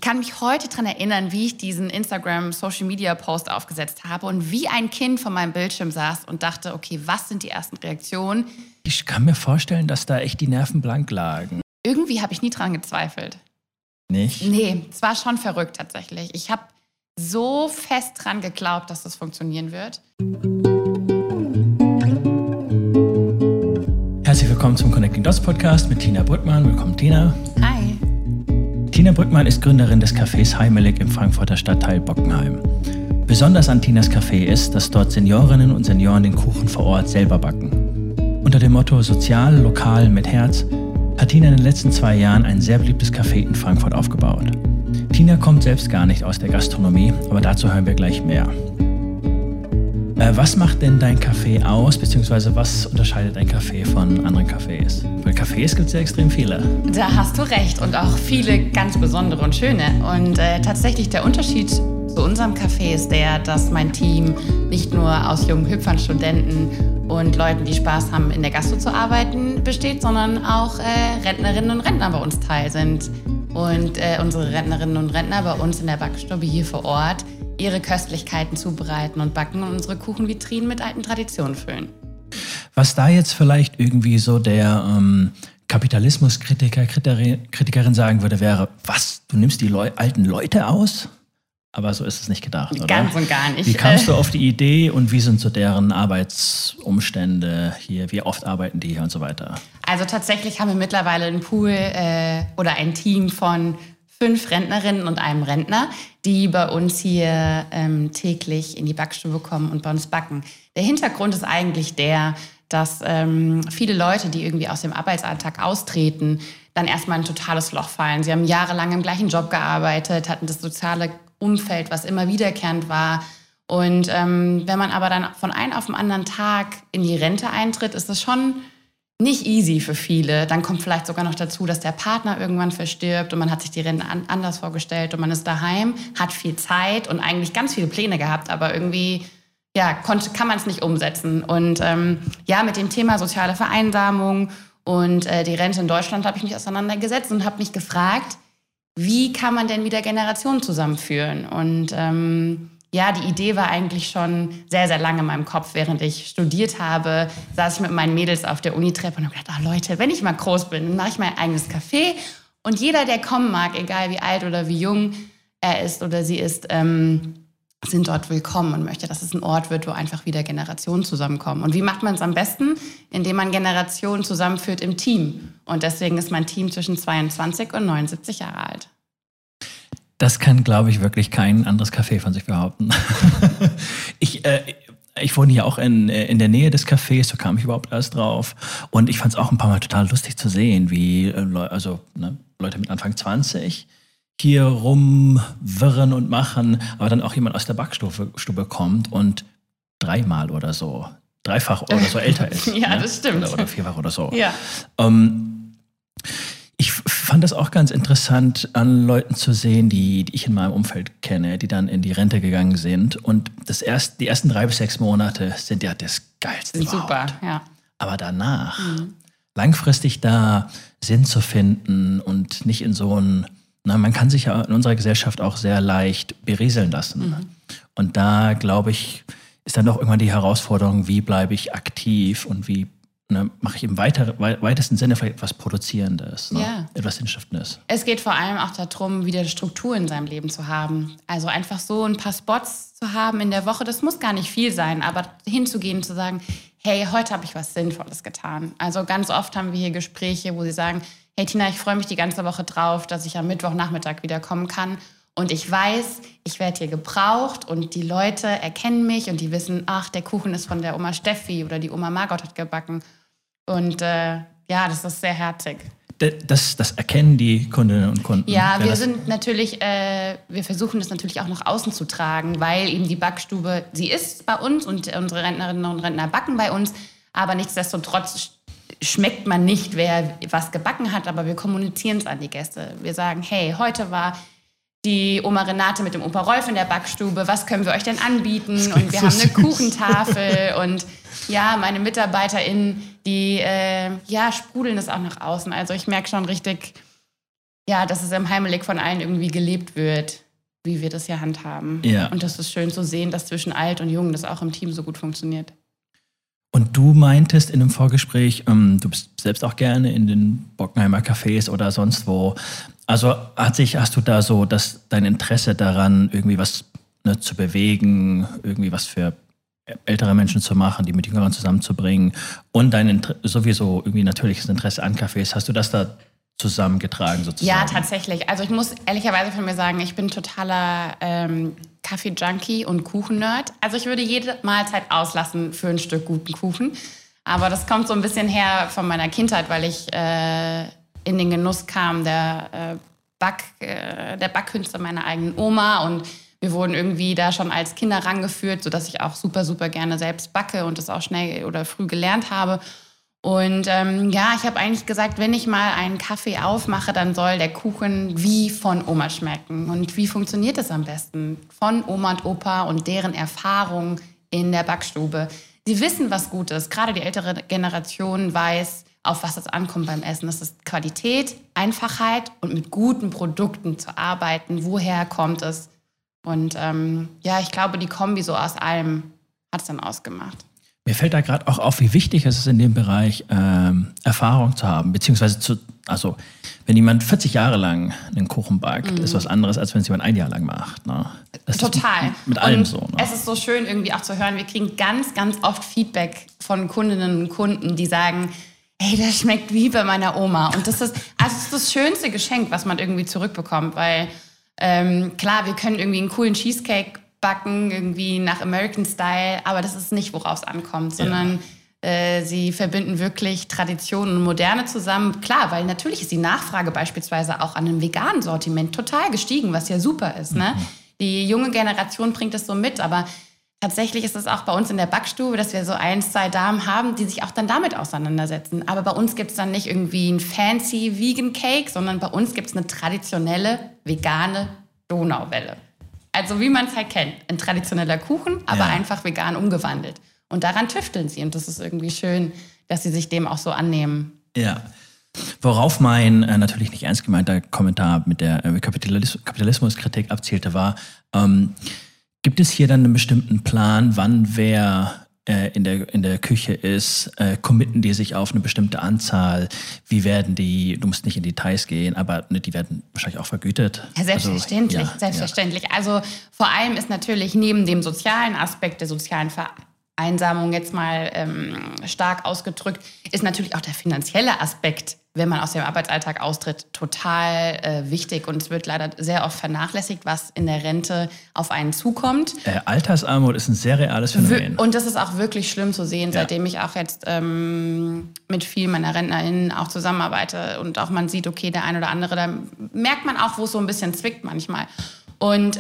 kann mich heute daran erinnern, wie ich diesen Instagram-Social-Media-Post aufgesetzt habe und wie ein Kind vor meinem Bildschirm saß und dachte, okay, was sind die ersten Reaktionen? Ich kann mir vorstellen, dass da echt die Nerven blank lagen. Irgendwie habe ich nie dran gezweifelt. Nicht? Nee, es war schon verrückt tatsächlich. Ich habe so fest dran geglaubt, dass das funktionieren wird. Herzlich willkommen zum Connecting Dots Podcast mit Tina Brückmann. Willkommen, Tina. Hi. Tina Brückmann ist Gründerin des Cafés Heimelig im Frankfurter Stadtteil Bockenheim. Besonders an Tinas Café ist, dass dort Seniorinnen und Senioren den Kuchen vor Ort selber backen. Unter dem Motto Sozial, Lokal, mit Herz hat Tina in den letzten 2 Jahren ein sehr beliebtes Café in Frankfurt aufgebaut. Tina kommt selbst gar nicht aus der Gastronomie, aber dazu hören wir gleich mehr. Was macht denn dein Café aus, beziehungsweise was unterscheidet dein Café von anderen Cafés? Weil Cafés gibt es ja extrem viele. Da hast du recht und auch viele ganz besondere und schöne. Und tatsächlich der Unterschied zu unserem Café ist der, dass mein Team nicht nur aus jungen Hüpfern, Studenten und Leuten, die Spaß haben, in der Gastro zu arbeiten, besteht, sondern auch Rentnerinnen und Rentner bei uns teil sind. Und unsere Rentnerinnen und Rentner bei uns in der Backstube hier vor Ort ihre Köstlichkeiten zubereiten und backen und unsere Kuchenvitrinen mit alten Traditionen füllen. Was da jetzt vielleicht irgendwie so der Kritikerin sagen würde, wäre, was, du nimmst die alten Leute aus? Aber so ist es nicht gedacht, oder? Ganz und gar nicht. Wie kamst du auf die Idee und wie sind so deren Arbeitsumstände hier? Wie oft arbeiten die hier und so weiter? Also tatsächlich haben wir mittlerweile einen Pool oder ein Team von 5 Rentnerinnen und einem Rentner, die bei uns hier täglich in die Backstube kommen und bei uns backen. Der Hintergrund ist eigentlich der, dass viele Leute, die irgendwie aus dem Arbeitsalltag austreten, dann erstmal ein totales Loch fallen. Sie haben jahrelang im gleichen Job gearbeitet, hatten das soziale Umfeld, was immer wiederkehrend war. Und wenn man aber dann von einem auf den anderen Tag in die Rente eintritt, ist das schon nicht easy für viele. Dann kommt vielleicht sogar noch dazu, dass der Partner irgendwann verstirbt und man hat sich die Rente anders vorgestellt und man ist daheim, hat viel Zeit und eigentlich ganz viele Pläne gehabt, aber irgendwie kann man es nicht umsetzen. Und mit dem Thema soziale Vereinsamung und die Rente in Deutschland habe ich mich auseinandergesetzt und habe mich gefragt, wie kann man denn wieder Generationen zusammenführen? Und die Idee war eigentlich schon sehr, sehr lange in meinem Kopf. Während ich studiert habe, saß ich mit meinen Mädels auf der Unitreppe und habe gedacht, Leute, wenn ich mal groß bin, dann mache ich mein eigenes Café. Und jeder, der kommen mag, egal wie alt oder wie jung er ist oder sie ist, sind dort willkommen und möchte, dass es ein Ort wird, wo einfach wieder Generationen zusammenkommen. Und wie macht man es am besten? Indem man Generationen zusammenführt im Team. Und deswegen ist mein Team zwischen 22 und 79 Jahre alt. Das kann, glaube ich, wirklich kein anderes Café von sich behaupten. Ich wohne hier auch in der Nähe des Cafés, so kam ich überhaupt erst drauf. Und ich fand es auch ein paar Mal total lustig zu sehen, wie Leute mit Anfang 20 hier rumwirren und machen, aber dann auch jemand aus der Backstube kommt und 3-mal oder so, 3-fach oder so älter ist. Ja, das stimmt. Oder 4-fach oder so. Ja. Ich fand das auch ganz interessant, an Leuten zu sehen, die ich in meinem Umfeld kenne, die dann in die Rente gegangen sind. Und die ersten 3 bis 6 Monate sind ja das Geilste überhaupt. Super, ja. Aber danach, langfristig da Sinn zu finden und nicht in so ein, man kann sich ja in unserer Gesellschaft auch sehr leicht berieseln lassen. Und da, glaube ich, ist dann doch irgendwann die Herausforderung, wie bleibe ich aktiv und wie mache ich im weitesten Sinne vielleicht etwas Produzierendes, etwas Sinnstiftendes. Es geht vor allem auch darum, wieder Struktur in seinem Leben zu haben. Also einfach so ein paar Spots zu haben in der Woche, das muss gar nicht viel sein, aber hinzugehen und zu sagen, hey, heute habe ich was Sinnvolles getan. Also ganz oft haben wir hier Gespräche, wo sie sagen, hey Tina, ich freue mich die ganze Woche drauf, dass ich am Mittwochnachmittag wieder kommen kann. Und ich weiß, ich werde hier gebraucht und die Leute erkennen mich und die wissen, ach, der Kuchen ist von der Oma Steffi oder die Oma Margot hat gebacken. Und das ist sehr herzig. Das erkennen die Kundinnen und Kunden. Ja, wir versuchen das natürlich auch nach außen zu tragen, weil eben die Backstube, sie ist bei uns und unsere Rentnerinnen und Rentner backen bei uns, aber nichtsdestotrotz schmeckt man nicht, wer was gebacken hat, aber wir kommunizieren es an die Gäste. Wir sagen, hey, heute war die Oma Renate mit dem Opa Rolf in der Backstube, was können wir euch denn anbieten? Und wir haben eine Kuchentafel und meine MitarbeiterInnen, die sprudeln das auch nach außen. Also ich merke schon richtig, ja, dass es im Heimelig von allen irgendwie gelebt wird, wie wir das hier handhaben. Ja. Und das ist schön zu sehen, dass zwischen alt und jung das auch im Team so gut funktioniert. Und du meintest in einem Vorgespräch, du bist selbst auch gerne in den Bockenheimer Cafés oder sonst wo. Also hast du da so dein Interesse daran, irgendwie was zu bewegen, irgendwie was für ältere Menschen zu machen, die mit Jüngeren zusammenzubringen und sowieso irgendwie natürliches Interesse an Cafés, hast du das da zusammengetragen sozusagen? Ja, tatsächlich. Also ich muss ehrlicherweise von mir sagen, ich bin totaler Kaffee-Junkie und Kuchen-Nerd. Also ich würde jede Mahlzeit auslassen für ein Stück guten Kuchen. Aber das kommt so ein bisschen her von meiner Kindheit, weil ich in den Genuss kam der Backkünste meiner eigenen Oma. Und wir wurden irgendwie da schon als Kinder rangeführt, sodass ich auch super, super gerne selbst backe und das auch schnell oder früh gelernt habe. Und ich habe eigentlich gesagt, wenn ich mal einen Kaffee aufmache, dann soll der Kuchen wie von Oma schmecken. Und wie funktioniert das am besten? Von Oma und Opa und deren Erfahrung in der Backstube. Sie wissen, was gut ist. Gerade die ältere Generation weiß, auf was es ankommt beim Essen. Das ist Qualität, Einfachheit und mit guten Produkten zu arbeiten. Woher kommt es? Und ich glaube, die Kombi so aus allem hat es dann ausgemacht. Mir fällt da gerade auch auf, wie wichtig es ist, in dem Bereich Erfahrung zu haben. Beziehungsweise, wenn jemand 40 Jahre lang einen Kuchen backt, ist was anderes, als wenn es jemand 1 Jahr lang macht. Ne? Das total. Ist mit allem und so. Ne? Es ist so schön irgendwie auch zu hören, wir kriegen ganz, ganz oft Feedback von Kundinnen und Kunden, die sagen, hey, das schmeckt wie bei meiner Oma. Und das ist das schönste Geschenk, was man irgendwie zurückbekommt. Weil klar, wir können irgendwie einen coolen Cheesecake backen, irgendwie nach American Style, aber das ist nicht, worauf es ankommt, sondern sie verbinden wirklich Tradition und Moderne zusammen. Klar, weil natürlich ist die Nachfrage beispielsweise auch an einem veganen Sortiment total gestiegen, was ja super ist. Ne? Die junge Generation bringt das so mit, aber tatsächlich ist es auch bei uns in der Backstube, dass wir so 1, 2 Damen haben, die sich auch dann damit auseinandersetzen. Aber bei uns gibt es dann nicht irgendwie ein fancy Vegan Cake, sondern bei uns gibt es eine traditionelle vegane Donauwelle. Also wie man es halt kennt, ein traditioneller Kuchen, aber einfach vegan umgewandelt. Und daran tüfteln sie. Und das ist irgendwie schön, dass sie sich dem auch so annehmen. Ja. Worauf mein natürlich nicht ernst gemeinter Kommentar mit der Kapitalismuskritik abzielte, war, gibt es hier dann einen bestimmten Plan, wann wer in der Küche ist, committen die sich auf eine bestimmte Anzahl, wie werden die, du musst nicht in Details gehen, aber die werden wahrscheinlich auch vergütet. Ja, selbstverständlich, selbstverständlich. Ja. Also vor allem ist natürlich neben dem sozialen Aspekt der sozialen Vereinsamung jetzt mal stark ausgedrückt, ist natürlich auch der finanzielle Aspekt, wenn man aus dem Arbeitsalltag austritt, total wichtig. Und es wird leider sehr oft vernachlässigt, was in der Rente auf einen zukommt. Altersarmut ist ein sehr reales Phänomen. Und das ist auch wirklich schlimm zu sehen, seitdem ich auch jetzt mit vielen meiner RentnerInnen auch zusammenarbeite. Und auch man sieht, okay, der ein oder andere, da merkt man auch, wo es so ein bisschen zwickt manchmal. Und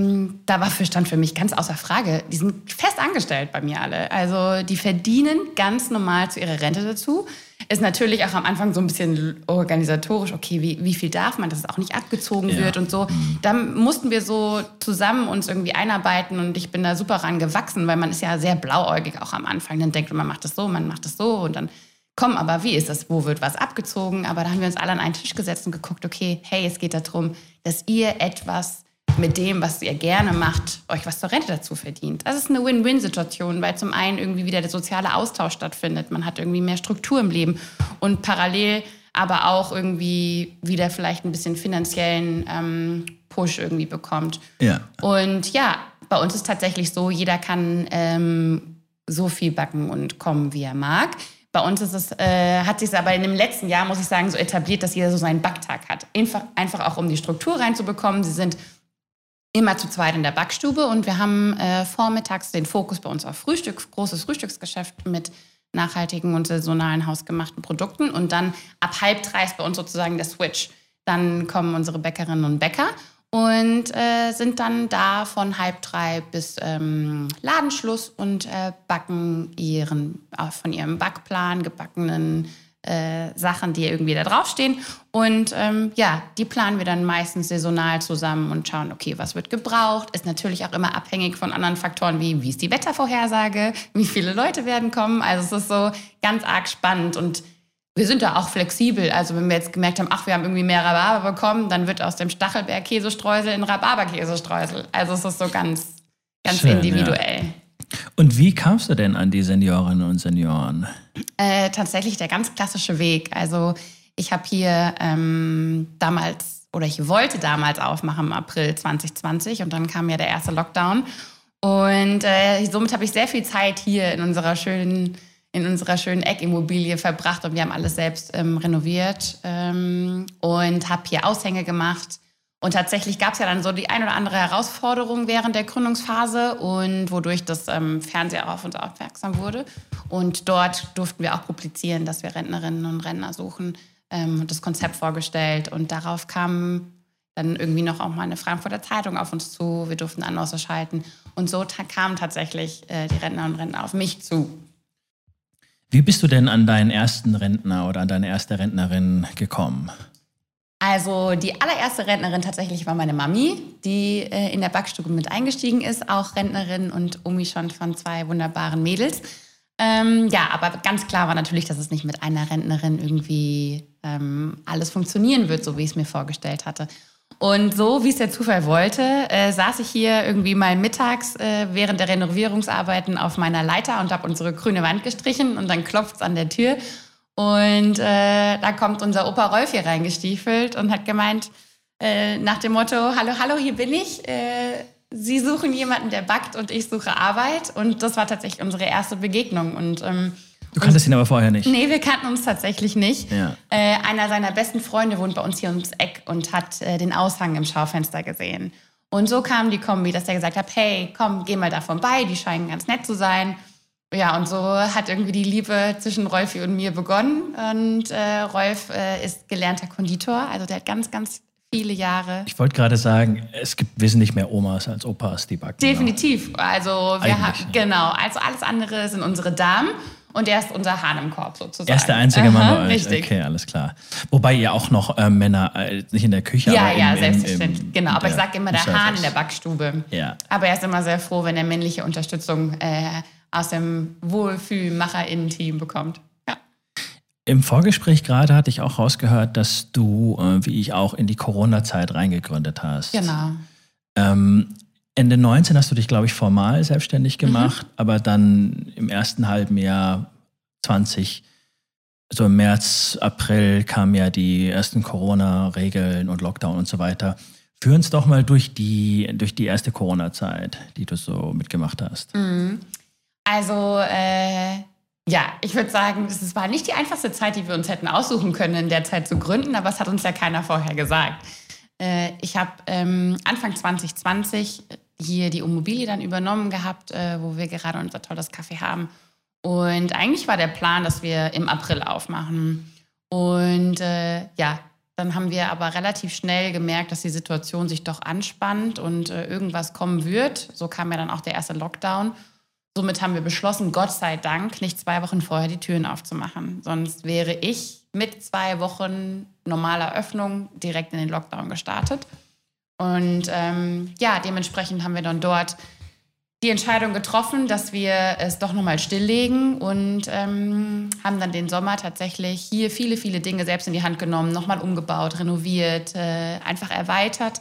stand für mich ganz außer Frage, die sind fest angestellt bei mir alle. Also die verdienen ganz normal zu ihrer Rente dazu. Ist natürlich auch am Anfang so ein bisschen organisatorisch, okay, wie viel darf man, dass es auch nicht abgezogen wird und so. Da mussten wir so zusammen uns irgendwie einarbeiten und ich bin da super ran gewachsen, weil man ist ja sehr blauäugig auch am Anfang. Dann denkt man macht das so und dann aber wie ist das, wo wird was abgezogen? Aber da haben wir uns alle an einen Tisch gesetzt und geguckt, okay, hey, es geht darum, dass ihr etwas mit dem, was ihr gerne macht, euch was zur Rente dazu verdient. Das ist eine Win-Win-Situation, weil zum einen irgendwie wieder der soziale Austausch stattfindet. Man hat irgendwie mehr Struktur im Leben und parallel aber auch irgendwie wieder vielleicht ein bisschen finanziellen Push irgendwie bekommt. Ja. Und ja, bei uns ist tatsächlich so, jeder kann so viel backen und kommen, wie er mag. Bei uns ist hat sich aber in dem letzten Jahr, muss ich sagen, so etabliert, dass jeder so seinen Backtag hat. Einfach auch, um die Struktur reinzubekommen. Sie sind immer zu zweit in der Backstube und wir haben vormittags den Fokus bei uns auf Frühstück, großes Frühstücksgeschäft mit nachhaltigen und saisonalen hausgemachten Produkten und dann ab 2:30 ist bei uns sozusagen der Switch. Dann kommen unsere Bäckerinnen und Bäcker und sind dann da von 2:30 bis Ladenschluss und backen von ihrem Backplan gebackenen Sachen, die irgendwie da draufstehen. Und die planen wir dann meistens saisonal zusammen und schauen, okay, was wird gebraucht. Ist natürlich auch immer abhängig von anderen Faktoren wie ist die Wettervorhersage, wie viele Leute werden kommen. Also es ist so ganz arg spannend. Und wir sind da auch flexibel. Also wenn wir jetzt gemerkt haben, wir haben irgendwie mehr Rhabarber bekommen, dann wird aus dem Stachelbeer-Käsestreusel ein Rhabarber-Käsestreusel. Also es ist so ganz schön, individuell. Ja. Und wie kamst du denn an die Seniorinnen und Senioren? Tatsächlich der ganz klassische Weg. Also ich habe hier ich wollte damals aufmachen im April 2020 und dann kam ja der erste Lockdown. Und somit habe ich sehr viel Zeit hier in unserer schönen Eckimmobilie verbracht und wir haben alles selbst renoviert und habe hier Aushänge gemacht. Und tatsächlich gab es ja dann so die ein oder andere Herausforderung während der Gründungsphase und wodurch das Fernseher auf uns aufmerksam wurde. Und dort durften wir auch publizieren, dass wir Rentnerinnen und Rentner suchen und das Konzept vorgestellt. Und darauf kam dann irgendwie noch auch mal eine Frankfurter Zeitung auf uns zu. Wir durften Annonce schalten. Und so kamen tatsächlich die Rentner und Rentner auf mich zu. Wie bist du denn an deinen ersten Rentner oder an deine erste Rentnerin gekommen? Also die allererste Rentnerin tatsächlich war meine Mami, die in der Backstube mit eingestiegen ist, auch Rentnerin und Omi schon von 2 wunderbaren Mädels. Aber ganz klar war natürlich, dass es nicht mit einer Rentnerin irgendwie alles funktionieren wird, so wie ich es mir vorgestellt hatte. Und so, wie es der Zufall wollte, saß ich hier irgendwie mal mittags während der Renovierungsarbeiten auf meiner Leiter und habe unsere grüne Wand gestrichen und dann klopft es an der Tür. Und da kommt unser Opa Rolf hier reingestiefelt und hat gemeint, nach dem Motto, hallo, hier bin ich. Sie suchen jemanden, der backt und ich suche Arbeit. Und das war tatsächlich unsere erste Begegnung. Und du kanntest ihn aber vorher nicht? Nee, wir kannten uns tatsächlich nicht. Ja. Einer seiner besten Freunde wohnt bei uns hier ums Eck und hat den Aushang im Schaufenster gesehen. Und so kam die Kombi, dass er gesagt hat, hey, komm, geh mal da vorbei, die scheinen ganz nett zu sein. Ja, und so hat irgendwie die Liebe zwischen Rolfi und mir begonnen. Und Rolf ist gelernter Konditor, also der hat ganz, ganz viele Jahre. Ich wollte gerade sagen, es gibt wesentlich mehr Omas als Opas, die backen. Definitiv. Also also alles andere sind unsere Damen. Und er ist unser Hahn im Korb sozusagen. Er ist der einzige Mann bei euch. Richtig. Okay, alles klar. Wobei ihr auch noch Männer, nicht in der Küche, aber selbstverständlich. Genau, aber ich sage immer der Hahn in der Backstube. Ja. Aber er ist immer sehr froh, wenn er männliche Unterstützung aus dem Wohlfühlmacher-Innen-Team bekommt. Ja. Im Vorgespräch gerade hatte ich auch rausgehört, dass du, wie ich auch, in die Corona-Zeit reingegründet hast. Genau. Ende 19 hast du dich, glaube ich, formal selbstständig gemacht, aber dann im ersten halben Jahr 20, so im März, April kamen ja die ersten Corona-Regeln und Lockdown und so weiter. Führ uns doch mal durch die erste Corona-Zeit, die du so mitgemacht hast. Also, ich würde sagen, es war nicht die einfachste Zeit, die wir uns hätten aussuchen können, in der Zeit zu gründen, aber es hat uns ja keiner vorher gesagt. Ich habe Anfang 2020 hier die Immobilie dann übernommen gehabt, wo wir gerade unser tolles Café haben. Und eigentlich war der Plan, dass wir im April aufmachen. Und dann haben wir aber relativ schnell gemerkt, dass die Situation sich doch anspannt und irgendwas kommen wird. So kam ja dann auch der erste Lockdown. Somit haben wir beschlossen, Gott sei Dank, nicht 2 Wochen vorher die Türen aufzumachen. Sonst wäre ich mit 2 Wochen normaler Öffnung direkt in den Lockdown gestartet. Und dementsprechend haben wir dann dort die Entscheidung getroffen, dass wir es doch nochmal stilllegen und haben dann den Sommer tatsächlich hier viele, viele Dinge selbst in die Hand genommen, nochmal umgebaut, renoviert, einfach erweitert,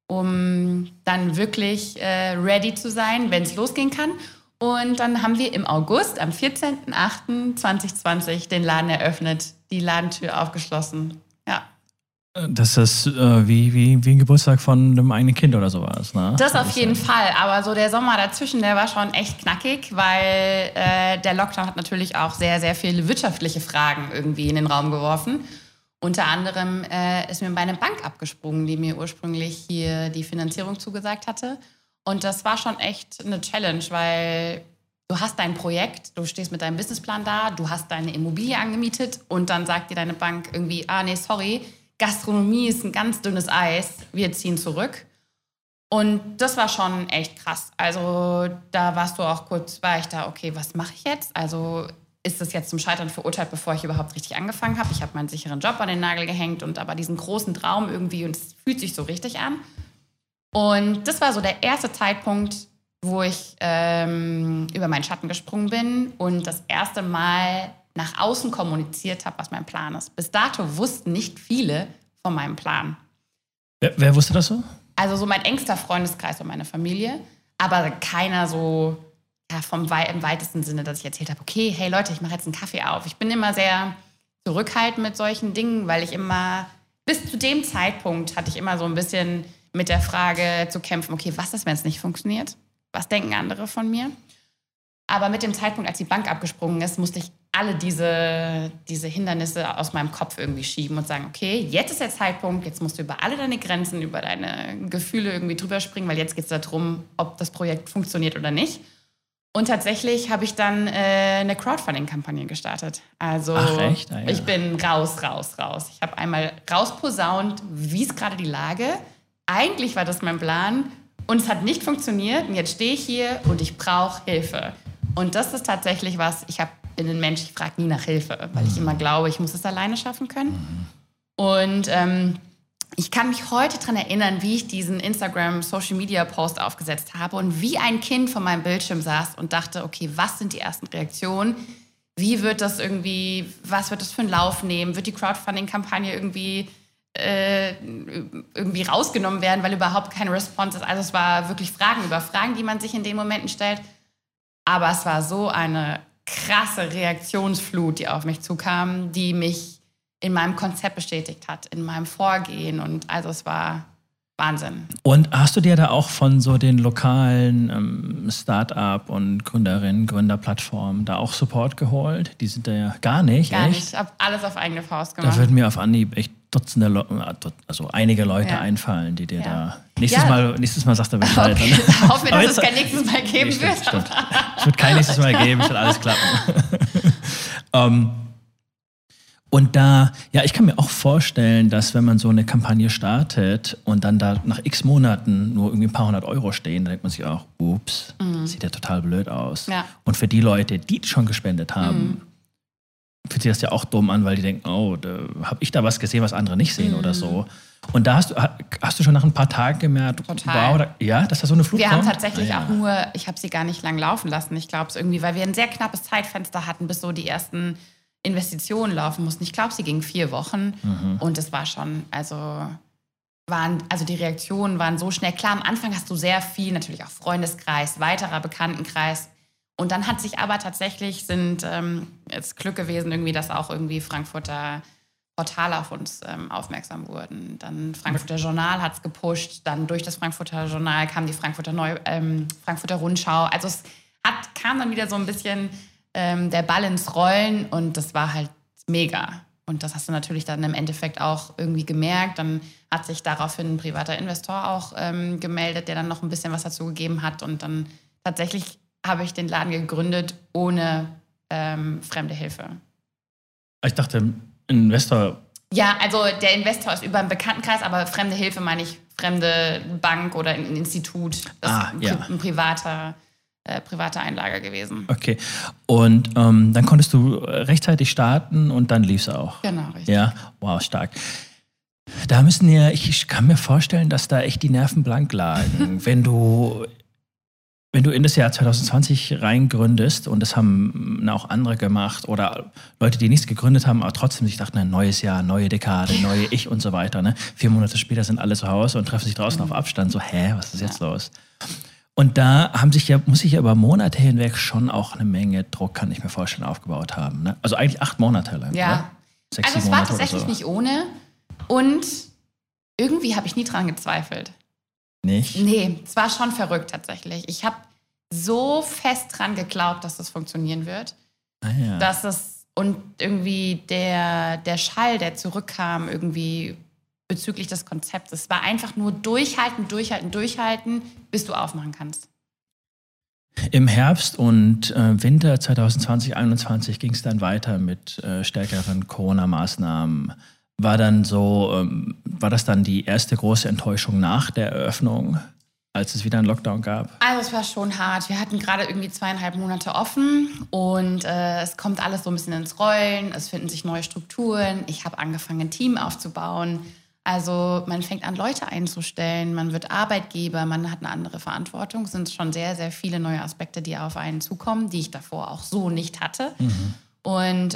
um dann wirklich ready zu sein, wenn es losgehen kann. Und dann haben wir im August, am 14.08.2020, den Laden eröffnet, die Ladentür aufgeschlossen. Ja. Das ist wie ein Geburtstag von einem eigenen Kind oder sowas, ne? Das auf jeden Fall. Aber so der Sommer dazwischen, der war schon echt knackig, weil der Lockdown hat natürlich auch sehr, sehr viele wirtschaftliche Fragen irgendwie in den Raum geworfen. Unter anderem ist mir meine Bank abgesprungen, die mir ursprünglich hier die Finanzierung zugesagt hatte. Und das war schon echt eine Challenge, weil du hast dein Projekt, du stehst mit deinem Businessplan da, du hast deine Immobilie angemietet und dann sagt dir deine Bank irgendwie, sorry, Gastronomie ist ein ganz dünnes Eis, wir ziehen zurück. Und das war schon echt krass. Also da war ich da, okay, was mache ich jetzt? Also ist das jetzt zum Scheitern verurteilt, bevor ich überhaupt richtig angefangen habe? Ich habe meinen sicheren Job an den Nagel gehängt und aber diesen großen Traum irgendwie und es fühlt sich so richtig an. Und das war so der erste Zeitpunkt, wo ich über meinen Schatten gesprungen bin und das erste Mal nach außen kommuniziert habe, was mein Plan ist. Bis dato wussten nicht viele von meinem Plan. Wer wusste das so? Also so mein engster Freundeskreis und meine Familie, aber keiner so im weitesten Sinne, dass ich erzählt habe, okay, hey Leute, ich mache jetzt einen Kaffee auf. Ich bin immer sehr zurückhaltend mit solchen Dingen, weil ich immer, bis zu dem Zeitpunkt hatte ich immer so ein bisschen mit der Frage zu kämpfen, okay, was ist, wenn es nicht funktioniert? Was denken andere von mir? Aber mit dem Zeitpunkt, als die Bank abgesprungen ist, musste ich alle diese Hindernisse aus meinem Kopf irgendwie schieben und sagen, okay, jetzt ist der Zeitpunkt, jetzt musst du über alle deine Grenzen, über deine Gefühle irgendwie drüber springen, weil jetzt geht es darum, ob das Projekt funktioniert oder nicht. Und tatsächlich habe ich dann eine Crowdfunding-Kampagne gestartet. Also Ach, echt? Ah, ja. Ich bin raus. Ich habe einmal rausposaunt, wie ist gerade die Lage. Eigentlich war das mein Plan und es hat nicht funktioniert. Und jetzt stehe ich hier und ich brauche Hilfe. Und das ist tatsächlich was, bin ein Mensch, ich frage nie nach Hilfe, weil ich immer glaube, ich muss es alleine schaffen können. Und ich kann mich heute daran erinnern, wie ich diesen Instagram-Social-Media-Post aufgesetzt habe und wie ein Kind vor meinem Bildschirm saß und dachte, okay, was sind die ersten Reaktionen? Wie wird das irgendwie, was wird das für einen Lauf nehmen? Wird die Crowdfunding-Kampagne irgendwie rausgenommen werden, weil überhaupt keine Response ist? Also es war wirklich Fragen über Fragen, die man sich in den Momenten stellt. Aber es war so eine krasse Reaktionsflut, die auf mich zukam, die mich in meinem Konzept bestätigt hat, in meinem Vorgehen. Und also es war Wahnsinn. Und hast du dir da auch von so den lokalen Start-up und Gründerplattformen da auch Support geholt? Die sind da ja gar nicht. Gar echt? nicht. Ich habe alles auf eigene Faust gemacht. Da würden mir auf Anhieb echt einige Leute einfallen, die dir da... Nächstes Mal sagst du Bescheid. Okay. Ich hoffe, dass es kein nächstes Mal geben wird. Stimmt. Es wird kein nächstes Mal geben, es wird alles klappen. Und da, ja, ich kann mir auch vorstellen, dass wenn man so eine Kampagne startet und dann da nach x Monaten nur irgendwie ein paar hundert Euro stehen, dann denkt man sich auch, ups, das sieht ja total blöd aus. Ja. Und für die Leute, die schon gespendet haben, fühlt sich das ja auch dumm an, weil die denken, oh, da habe ich da was gesehen, was andere nicht sehen oder so. Und da hast du schon nach ein paar Tagen gemerkt, wow, dass da so eine Flut kommt? Wir haben tatsächlich auch nur, ich habe sie gar nicht lang laufen lassen. Ich glaube es irgendwie, weil wir ein sehr knappes Zeitfenster hatten, bis so die ersten Investitionen laufen mussten. Ich glaube, sie gingen 4 Wochen und es war schon, die Reaktionen waren so schnell. Klar, am Anfang hast du sehr viel, natürlich auch Freundeskreis, weiterer Bekanntenkreis. Und dann hat sich aber tatsächlich, es Glück gewesen, irgendwie, dass auch irgendwie Frankfurter Portale auf uns aufmerksam wurden. Dann Frankfurter Journal hat es gepusht, dann durch das Frankfurter Journal kam die Frankfurter Rundschau. Also es kam dann wieder so ein bisschen der Ball ins Rollen und das war halt mega. Und das hast du natürlich dann im Endeffekt auch irgendwie gemerkt. Dann hat sich daraufhin ein privater Investor auch gemeldet, der dann noch ein bisschen was dazu gegeben hat. Und dann tatsächlich habe ich den Laden gegründet ohne fremde Hilfe. Ich dachte, Investor... Ja, also der Investor ist über einen Bekanntenkreis, aber fremde Hilfe meine ich fremde Bank oder ein Institut. Das ist ein privater Einlager gewesen. Okay. Und dann konntest du rechtzeitig starten und dann lief es auch. Genau, richtig. Ja, wow, stark. Da ich kann mir vorstellen, dass da echt die Nerven blank lagen, wenn du in das Jahr 2020 reingründest, und das haben auch andere gemacht oder Leute, die nichts gegründet haben, aber trotzdem sich dachten, ein neues Jahr, neue Dekade, neue Ich und so weiter. Ne? 4 Monate später sind alle zu Hause und treffen sich draußen auf Abstand. So, was ist jetzt los? Und da muss sich ja über Monate hinweg schon auch eine Menge Druck, kann ich mir vorstellen, aufgebaut haben. Ne? Also eigentlich 8 Monate lang. Ja. Oder? 6, also es war tatsächlich nicht ohne. Und irgendwie habe ich nie dran gezweifelt. Nicht? Nee, es war schon verrückt tatsächlich. Ich habe so fest dran geglaubt, dass das funktionieren wird. Und irgendwie der Schall, der zurückkam, irgendwie bezüglich des Konzepts. Es war einfach nur durchhalten, bis du aufmachen kannst. Im Herbst und Winter 2020/21 ging es dann weiter mit stärkeren Corona-Maßnahmen. War das dann die erste große Enttäuschung nach der Eröffnung, als es wieder einen Lockdown gab? Also es war schon hart. Wir hatten gerade irgendwie 2,5 Monate offen und es kommt alles so ein bisschen ins Rollen. Es finden sich neue Strukturen. Ich habe angefangen, ein Team aufzubauen. Also man fängt an, Leute einzustellen, man wird Arbeitgeber, man hat eine andere Verantwortung. Es sind schon sehr, sehr viele neue Aspekte, die auf einen zukommen, die ich davor auch so nicht hatte. Und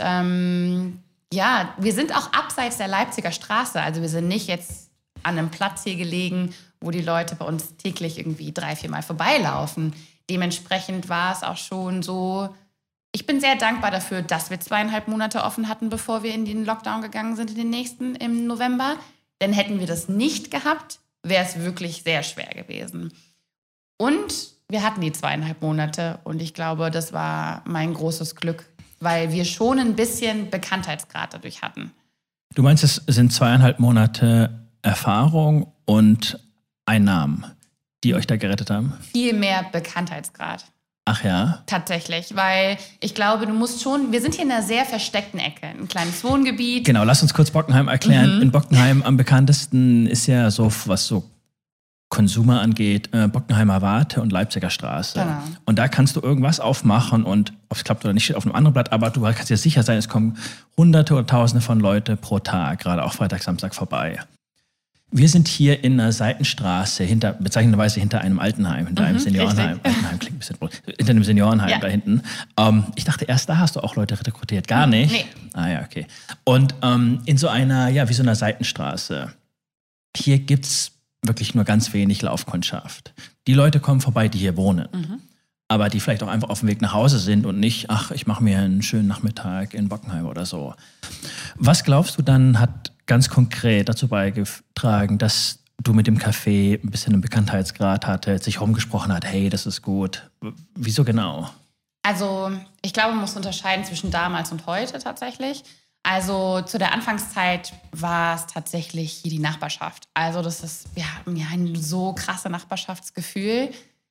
ja, wir sind auch abseits der Leipziger Straße. Also wir sind nicht jetzt an einem Platz hier gelegen, wo die Leute bei uns täglich irgendwie 3-4 Mal vorbeilaufen. Dementsprechend war es auch schon so, ich bin sehr dankbar dafür, dass wir 2,5 Monate offen hatten, bevor wir in den Lockdown gegangen sind, in den nächsten im November. Denn hätten wir das nicht gehabt, wäre es wirklich sehr schwer gewesen. Und wir hatten die 2,5 Monate und ich glaube, das war mein großes Glück, weil wir schon ein bisschen Bekanntheitsgrad dadurch hatten. Du meinst, es sind 2,5 Monate Erfahrung und Einnahmen, die euch da gerettet haben? Viel mehr Bekanntheitsgrad. Ach ja? Tatsächlich, weil ich glaube, du musst schon, wir sind hier in einer sehr versteckten Ecke, ein kleines Wohngebiet. Genau, lass uns kurz Bockenheim erklären. In Bockenheim am bekanntesten ist ja so, was so Konsumer angeht, Bockenheimer Warte und Leipziger Straße. Genau. Und da kannst du irgendwas aufmachen und ob es klappt oder nicht, steht auf einem anderen Blatt, aber du kannst dir sicher sein, es kommen Hunderte oder Tausende von Leute pro Tag, gerade auch Freitag, Samstag vorbei. Wir sind hier in einer Seitenstraße, bezeichnenderweise hinter einem Altenheim, hinter einem Seniorenheim. Altenheim klingt ein bisschen hinter einem Seniorenheim da hinten. Ich dachte erst, da hast du auch Leute rekrutiert. Gar nicht? Nee. Ah ja, okay. Und in so einer, ja, wie so einer Seitenstraße. Hier gibt's wirklich nur ganz wenig Laufkundschaft. Die Leute kommen vorbei, die hier wohnen. Aber die vielleicht auch einfach auf dem Weg nach Hause sind und nicht, ach, ich mache mir einen schönen Nachmittag in Bockenheim oder so. Was glaubst du dann hat ganz konkret dazu beigetragen, dass du mit dem Café ein bisschen einen Bekanntheitsgrad hattest, sich rumgesprochen hat, hey, das ist gut. Wieso genau? Also ich glaube, man muss unterscheiden zwischen damals und heute tatsächlich. Also zu der Anfangszeit war es tatsächlich hier die Nachbarschaft. Also wir hatten ja ein so krasses Nachbarschaftsgefühl.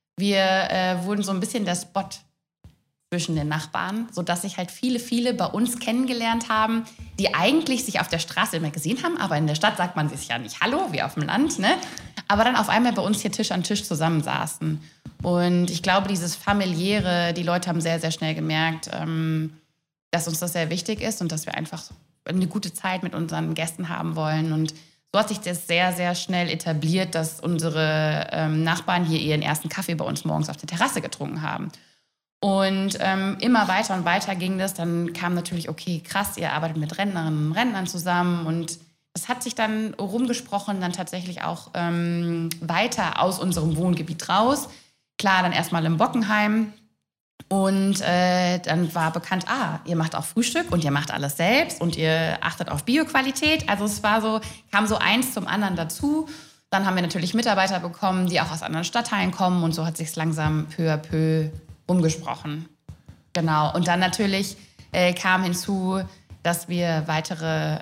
Wir wurden so ein bisschen der Spot zwischen den Nachbarn, sodass sich halt viele bei uns kennengelernt haben, die eigentlich sich auf der Straße immer gesehen haben, aber in der Stadt sagt man sich ja nicht Hallo, wie auf dem Land, ne? Aber dann auf einmal bei uns hier Tisch an Tisch zusammensaßen. Und ich glaube, dieses Familiäre, die Leute haben sehr, sehr schnell gemerkt, dass uns das sehr wichtig ist und dass wir einfach eine gute Zeit mit unseren Gästen haben wollen. Und so hat sich das sehr, sehr schnell etabliert, dass unsere Nachbarn hier ihren ersten Kaffee bei uns morgens auf der Terrasse getrunken haben. Und immer weiter und weiter ging das. Dann kam natürlich, okay, krass, ihr arbeitet mit Rentnerinnen und Rentnern zusammen. Und das hat sich dann rumgesprochen, dann tatsächlich auch weiter aus unserem Wohngebiet raus. Klar, dann erstmal im Bockenheim. Und dann war bekannt, ihr macht auch Frühstück und ihr macht alles selbst und ihr achtet auf Bioqualität. Also es war so, kam so eins zum anderen dazu. Dann haben wir natürlich Mitarbeiter bekommen, die auch aus anderen Stadtteilen kommen. Und so hat sich es langsam peu à peu umgesprochen. Genau. Und dann natürlich kam hinzu, dass wir weitere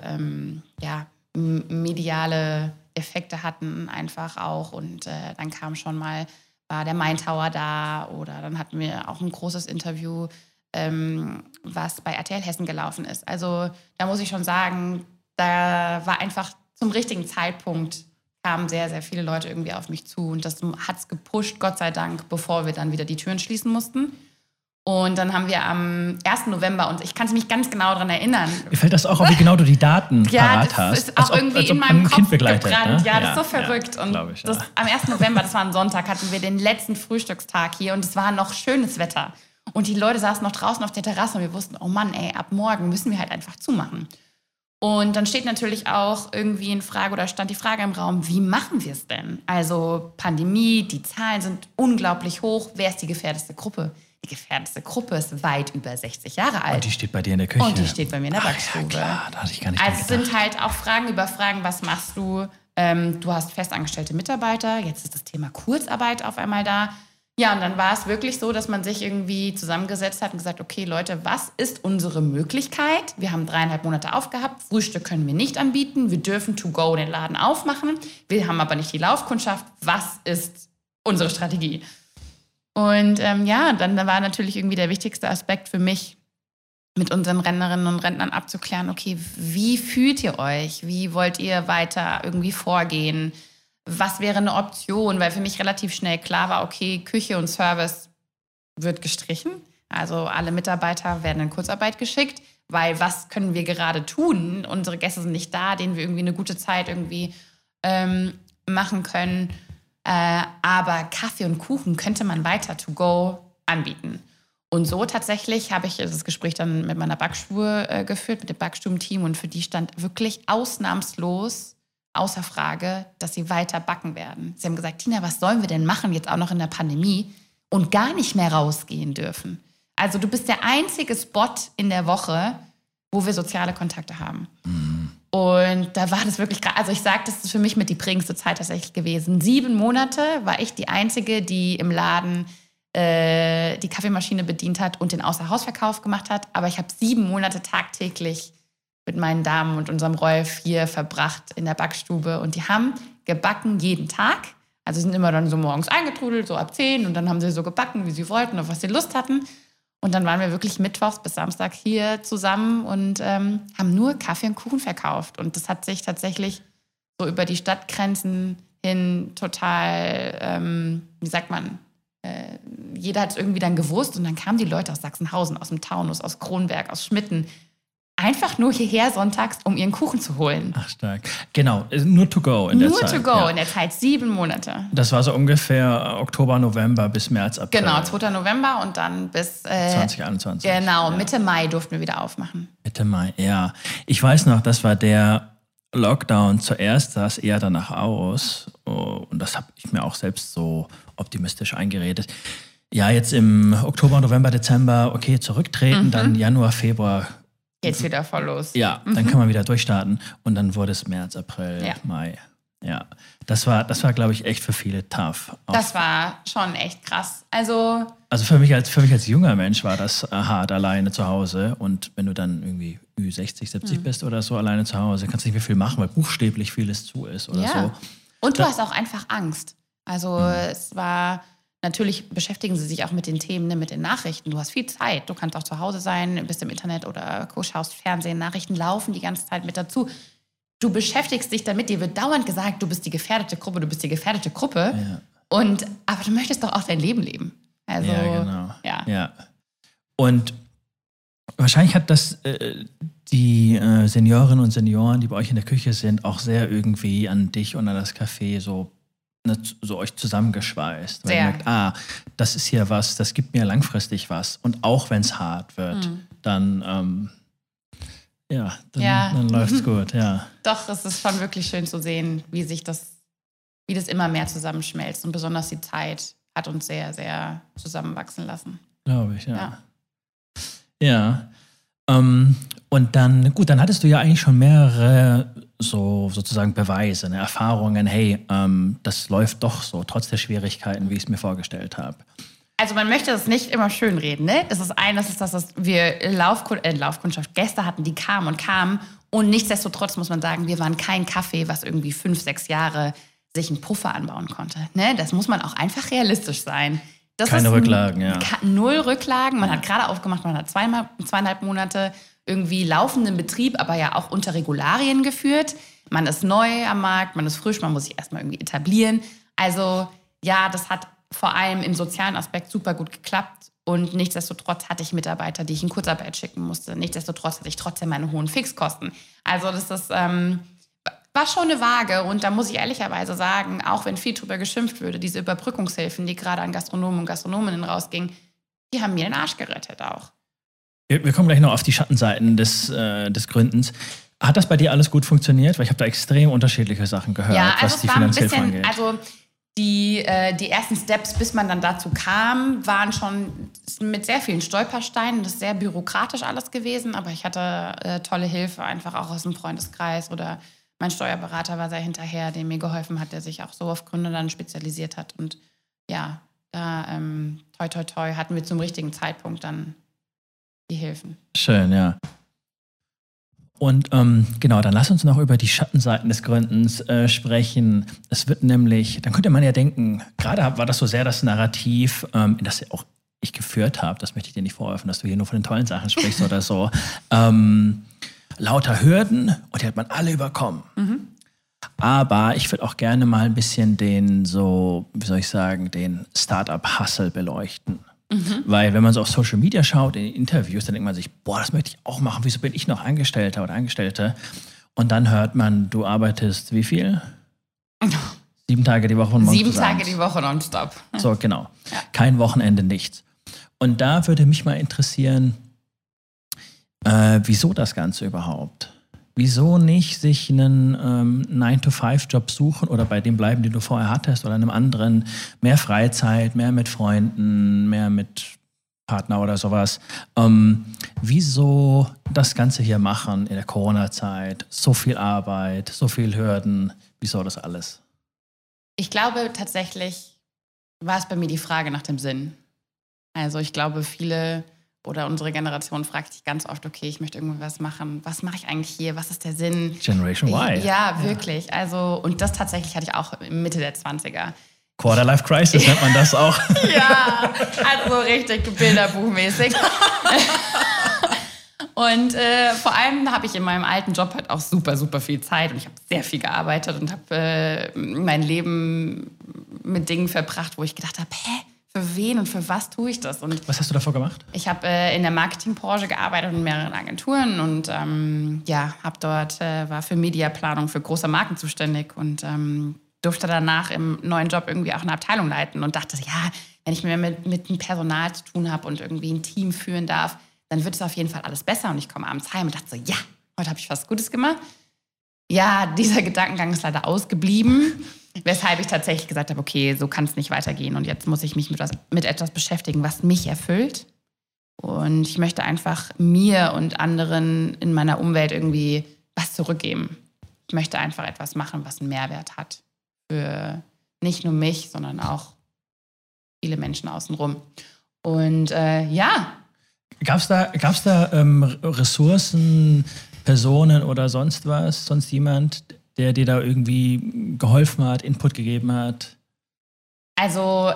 mediale Effekte hatten einfach auch. Und dann kam schon mal, war der Main Tower da oder dann hatten wir auch ein großes Interview, was bei RTL Hessen gelaufen ist. Also da muss ich schon sagen, da war einfach zum richtigen Zeitpunkt kamen sehr, sehr viele Leute irgendwie auf mich zu. Und das hat es gepusht, Gott sei Dank, bevor wir dann wieder die Türen schließen mussten. Und dann haben wir am 1. November, und ich kann mich ganz genau daran erinnern. Mir fällt das auch auf, wie genau du die Daten parat hast. Ja, das ist auch irgendwie in meinem Kopf gebrannt. Ne? Ja, das ist so verrückt. Ja, und am 1. November, das war ein Sonntag, hatten wir den letzten Frühstückstag hier und es war noch schönes Wetter. Und die Leute saßen noch draußen auf der Terrasse und wir wussten, oh Mann, ab morgen müssen wir halt einfach zumachen. Und dann steht natürlich auch irgendwie in Frage oder stand die Frage im Raum, wie machen wir es denn? Also Pandemie, die Zahlen sind unglaublich hoch. Wer ist die gefährdetste Gruppe? Die gefährdetste Gruppe ist weit über 60 Jahre alt. Und die steht bei dir in der Küche. Und die steht bei mir in der Backstube. Ja, klar, da hatte ich gar nicht Also es sind halt auch Fragen über Fragen, was machst du? Du hast festangestellte Mitarbeiter, jetzt ist das Thema Kurzarbeit auf einmal da. Ja, und dann war es wirklich so, dass man sich irgendwie zusammengesetzt hat und gesagt, okay, Leute, was ist unsere Möglichkeit? Wir haben 3,5 Monate aufgehabt, Frühstück können wir nicht anbieten, wir dürfen to go den Laden aufmachen, wir haben aber nicht die Laufkundschaft. Was ist unsere Strategie? Und dann war natürlich irgendwie der wichtigste Aspekt für mich, mit unseren Rentnerinnen und Rentnern abzuklären, okay, wie fühlt ihr euch? Wie wollt ihr weiter irgendwie vorgehen? Was wäre eine Option? Weil für mich relativ schnell klar war, okay, Küche und Service wird gestrichen. Also alle Mitarbeiter werden in Kurzarbeit geschickt, weil was können wir gerade tun? Unsere Gäste sind nicht da, denen wir irgendwie eine gute Zeit irgendwie machen können. Aber Kaffee und Kuchen könnte man weiter to go anbieten. Und so tatsächlich habe ich das Gespräch dann mit meiner Backstube geführt, mit dem Backstubenteam. Und für die stand wirklich ausnahmslos außer Frage, dass sie weiter backen werden. Sie haben gesagt, Tina, was sollen wir denn machen, jetzt auch noch in der Pandemie und gar nicht mehr rausgehen dürfen? Also du bist der einzige Spot in der Woche, wo wir soziale Kontakte haben. Und da war das wirklich, also ich sage, das ist für mich mit die prägendste Zeit tatsächlich gewesen. 7 Monate war ich die Einzige, die im Laden die Kaffeemaschine bedient hat und den Außerhausverkauf gemacht hat. Aber ich habe 7 Monate tagtäglich mit meinen Damen und unserem Rolf hier verbracht in der Backstube. Und die haben gebacken jeden Tag. Also sind immer dann so morgens eingetrudelt, so ab 10. Und dann haben sie so gebacken, wie sie wollten, auf was sie Lust hatten. Und dann waren wir wirklich mittwochs bis Samstag hier zusammen und haben nur Kaffee und Kuchen verkauft. Und das hat sich tatsächlich so über die Stadtgrenzen hin total, wie sagt man, jeder hat es irgendwie dann gewusst. Und dann kamen die Leute aus Sachsenhausen, aus dem Taunus, aus Kronberg, aus Schmitten, einfach nur hierher sonntags, um ihren Kuchen zu holen. Ach, stark. Genau, nur to go in der Zeit. Nur to go in der Zeit, 7 Monate. Das war so ungefähr Oktober, November bis März, April. Genau, 2. November und dann bis 2021. Genau, Mitte Mai durften wir wieder aufmachen. Mitte Mai, ja. Ich weiß noch, das war der Lockdown zuerst, sah es eher danach aus. Und das habe ich mir auch selbst so optimistisch eingeredet. Ja, jetzt im Oktober, November, Dezember, okay, zurücktreten, dann Januar, Februar. Geht's wieder voll los. Ja, dann kann man wieder durchstarten. Und dann wurde es März, April, Mai. Ja, das war, glaube ich, echt für viele tough. Das war schon echt krass. Also für mich als junger Mensch war das hart, alleine zu Hause. Und wenn du dann irgendwie 60, 70 bist oder so, alleine zu Hause, kannst du nicht mehr viel machen, weil buchstäblich vieles zu ist oder so. Und du hast auch einfach Angst. Also es war... Natürlich beschäftigen sie sich auch mit den Themen, ne, mit den Nachrichten. Du hast viel Zeit. Du kannst auch zu Hause sein, bist im Internet oder schaust Fernsehen. Nachrichten laufen die ganze Zeit mit dazu. Du beschäftigst dich damit. Dir wird dauernd gesagt, du bist die gefährdete Gruppe, du bist die gefährdete Gruppe. Ja. Aber du möchtest doch auch dein Leben leben. Also, ja, genau. Ja. Und wahrscheinlich hat das die Seniorinnen und Senioren, die bei euch in der Küche sind, auch sehr irgendwie an dich und an das Café so euch zusammengeschweißt. Weil ihr merkt, das ist hier was, das gibt mir langfristig was. Und auch wenn es hart wird, dann läuft's gut, ja. Doch, es ist schon wirklich schön zu sehen, wie das immer mehr zusammenschmelzt. Und besonders die Zeit hat uns sehr, sehr zusammenwachsen lassen. Glaube ich, ja. Ja. Und dann hattest du ja eigentlich schon mehrere sozusagen Beweise, Erfahrungen, hey, das läuft doch so, trotz der Schwierigkeiten, wie ich es mir vorgestellt habe. Also man möchte das nicht immer schönreden, ne? Das ist dass wir Laufkundschaft, Gäste hatten, die kamen und nichtsdestotrotz muss man sagen, wir waren kein Café, was irgendwie 5, 6 Jahre sich einen Puffer anbauen konnte. Ne? Das muss man auch einfach realistisch sein. Keine Rücklagen, ja. 0 Rücklagen. Man hat gerade aufgemacht, man hat 2,5 Monate irgendwie laufenden Betrieb, aber ja auch unter Regularien geführt. Man ist neu am Markt, man ist frisch, man muss sich erstmal irgendwie etablieren. Also ja, das hat vor allem im sozialen Aspekt super gut geklappt. Und nichtsdestotrotz hatte ich Mitarbeiter, die ich in Kurzarbeit schicken musste. Nichtsdestotrotz hatte ich trotzdem meine hohen Fixkosten. Also das ist, war schon eine Waage. Und da muss ich ehrlicherweise sagen, auch wenn viel drüber geschimpft würde, diese Überbrückungshilfen, die gerade an Gastronomen und Gastronominnen rausgingen, die haben mir den Arsch gerettet auch. Wir kommen gleich noch auf die Schattenseiten des Gründens. Hat das bei dir alles gut funktioniert? Weil ich habe da extrem unterschiedliche Sachen gehört, was die Finanzhilfe angeht. Also die ersten Steps, bis man dann dazu kam, waren schon mit sehr vielen Stolpersteinen. Das ist sehr bürokratisch alles gewesen, aber ich hatte tolle Hilfe einfach auch aus dem Freundeskreis oder mein Steuerberater war sehr hinterher, der mir geholfen hat, der sich auch so auf Gründe dann spezialisiert hat. Und ja, da toi toi toi hatten wir zum richtigen Zeitpunkt dann die Hilfen. Schön, ja. Und genau, dann lass uns noch über die Schattenseiten des Gründens sprechen. Es wird nämlich, dann könnte man ja denken, gerade war das so sehr das Narrativ, in das auch ich geführt habe, das möchte ich dir nicht vorwerfen, dass du hier nur von den tollen Sachen sprichst oder so. Lauter Hürden und die hat man alle überkommen. Mhm. Aber ich würde auch gerne mal ein bisschen den Startup-Hustle beleuchten. Mhm. Weil wenn man so auf Social Media schaut, in Interviews, dann denkt man sich, das möchte ich auch machen. Wieso bin ich noch Angestellter oder Angestellte? Und dann hört man, du arbeitest wie viel? 7 Tage die Woche. 7 Tage die Woche nonstop. So, genau. Ja. Kein Wochenende, nichts. Und da würde mich mal interessieren, wieso das Ganze überhaupt? Wieso nicht sich einen 9-to-5-Job suchen oder bei dem bleiben, den du vorher hattest oder einem anderen, mehr Freizeit, mehr mit Freunden, mehr mit Partner oder sowas. Wieso das Ganze hier machen in der Corona-Zeit? So viel Arbeit, so viel Hürden. Wieso das alles? Ich glaube tatsächlich, war es bei mir die Frage nach dem Sinn. Also ich glaube, viele oder unsere Generation fragt sich ganz oft, okay, ich möchte irgendwas machen. Was mache ich eigentlich hier? Was ist der Sinn? Generation Y. Ja, wirklich. Also, und das tatsächlich hatte ich auch Mitte der 20er. Quarter-Life Crisis nennt man das auch. Ja, also richtig bilderbuchmäßig. Und vor allem habe ich in meinem alten Job halt auch super, super viel Zeit und ich habe sehr viel gearbeitet und habe mein Leben mit Dingen verbracht, wo ich gedacht habe, für wen und für was tue ich das? Und was hast du davor gemacht? ich habe in der Marketingbranche gearbeitet in mehreren Agenturen und habe dort, war für Mediaplanung für große Marken zuständig und durfte danach im neuen Job irgendwie auch eine Abteilung leiten und dachte, ja, wenn ich mehr mit dem Personal zu tun habe und irgendwie ein Team führen darf, dann wird es auf jeden Fall alles besser. Und ich komme abends heim und dachte so, ja, heute habe ich was Gutes gemacht. Ja, dieser Gedankengang ist leider ausgeblieben, weshalb ich tatsächlich gesagt habe, okay, so kann es nicht weitergehen. Und jetzt muss ich mich mit etwas beschäftigen, was mich erfüllt. Und ich möchte einfach mir und anderen in meiner Umwelt irgendwie was zurückgeben. Ich möchte einfach etwas machen, was einen Mehrwert hat. Für nicht nur mich, sondern auch viele Menschen außenrum. Und Gab's da Ressourcen, Personen oder sonst was, sonst jemand, der dir da irgendwie geholfen hat, Input gegeben hat? Also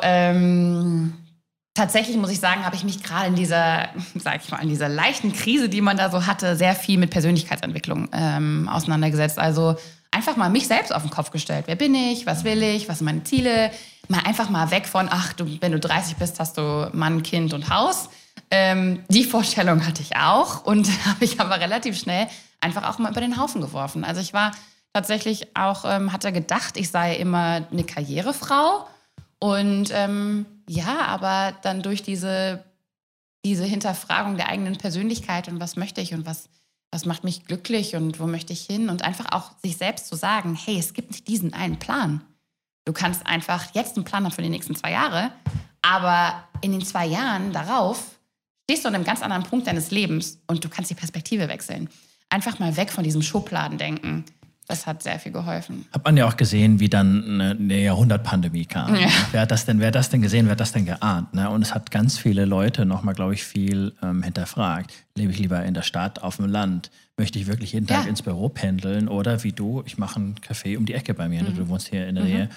tatsächlich muss ich sagen, habe ich mich gerade in dieser, in dieser leichten Krise, die man da so hatte, sehr viel mit Persönlichkeitsentwicklung auseinandergesetzt. Also einfach mal mich selbst auf den Kopf gestellt. Wer bin ich? Was will ich? Was sind meine Ziele? Mal einfach mal weg von, wenn du 30 bist, hast du Mann, Kind und Haus. Die Vorstellung hatte ich auch und habe ich aber relativ schnell einfach auch mal über den Haufen geworfen. Also ich war tatsächlich auch, hatte gedacht, ich sei immer eine Karrierefrau und aber dann durch diese Hinterfragung der eigenen Persönlichkeit und was möchte ich und was macht mich glücklich und wo möchte ich hin und einfach auch sich selbst zu sagen, hey, es gibt nicht diesen einen Plan. Du kannst einfach jetzt einen Plan haben für die nächsten 2 Jahre, aber in den 2 Jahren darauf stehst du an einem ganz anderen Punkt deines Lebens und du kannst die Perspektive wechseln. Einfach mal weg von diesem Schubladendenken. Das hat sehr viel geholfen. Hat man ja auch gesehen, wie dann eine Jahrhundertpandemie kam. Ja. Wer hat das denn gesehen, wer hat das denn geahnt? Ne? Und es hat ganz viele Leute nochmal, glaube ich, viel hinterfragt. Lebe ich lieber in der Stadt, auf dem Land? Möchte ich wirklich jeden Tag ins Büro pendeln? Oder wie du, ich mache einen Café um die Ecke bei mir. Ne? Du wohnst hier in der Nähe.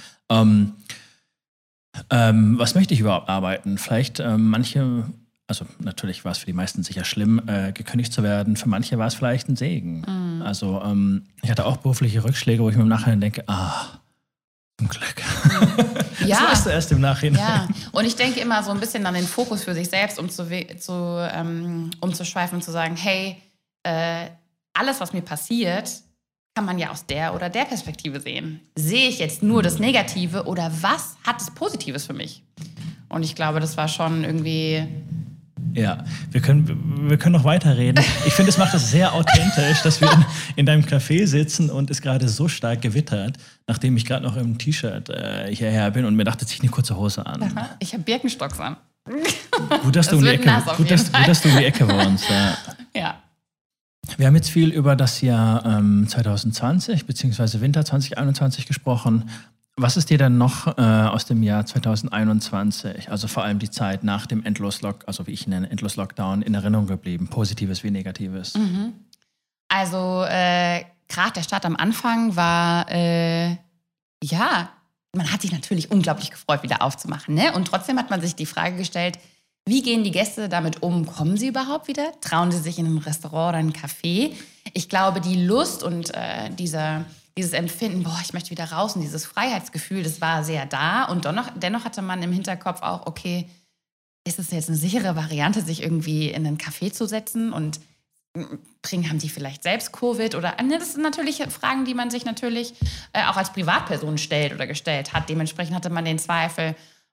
Was möchte ich überhaupt arbeiten? Vielleicht manche... Also natürlich war es für die meisten sicher schlimm, gekündigt zu werden. Für manche war es vielleicht ein Segen. Also ich hatte auch berufliche Rückschläge, wo ich mir im Nachhinein denke, zum Glück. Ja. Das weißt du erst im Nachhinein. Ja, und ich denke immer so ein bisschen an den Fokus für sich selbst, umzuschweifen und zu sagen, hey, alles, was mir passiert, kann man ja aus der oder der Perspektive sehen. Sehe ich jetzt nur das Negative oder was hat es Positives für mich? Und ich glaube, das war schon irgendwie... Ja, wir können noch weiterreden. Ich finde, es macht es sehr authentisch, dass wir in deinem Café sitzen und es gerade so stark gewittert, nachdem ich gerade noch im T-Shirt hierher bin und mir dachte, zieh eine kurze Hose an. Aha, ich habe Birkenstocks an. Gut, dass du um die Ecke wohnst. Ja. Wir haben jetzt viel über das Jahr 2020 bzw. Winter 2021 gesprochen. Was ist dir denn noch aus dem Jahr 2021, also vor allem die Zeit nach dem also wie ich ihn nenne, Endlos-Lockdown, in Erinnerung geblieben? Positives wie Negatives? Also gerade der Start am Anfang war, man hat sich natürlich unglaublich gefreut, wieder aufzumachen. Ne? Und trotzdem hat man sich die Frage gestellt, wie gehen die Gäste damit um? Kommen sie überhaupt wieder? Trauen sie sich in ein Restaurant oder ein Café? Ich glaube, die Lust und dieses Empfinden, ich möchte wieder raus und dieses Freiheitsgefühl, das war sehr da. Und dennoch hatte man im Hinterkopf auch, okay, ist es jetzt eine sichere Variante, sich irgendwie in einen Café zu setzen und haben die vielleicht selbst Covid? Oder das sind natürlich Fragen, die man sich natürlich auch als Privatperson stellt oder gestellt hat. Dementsprechend hatte man den Zweifel,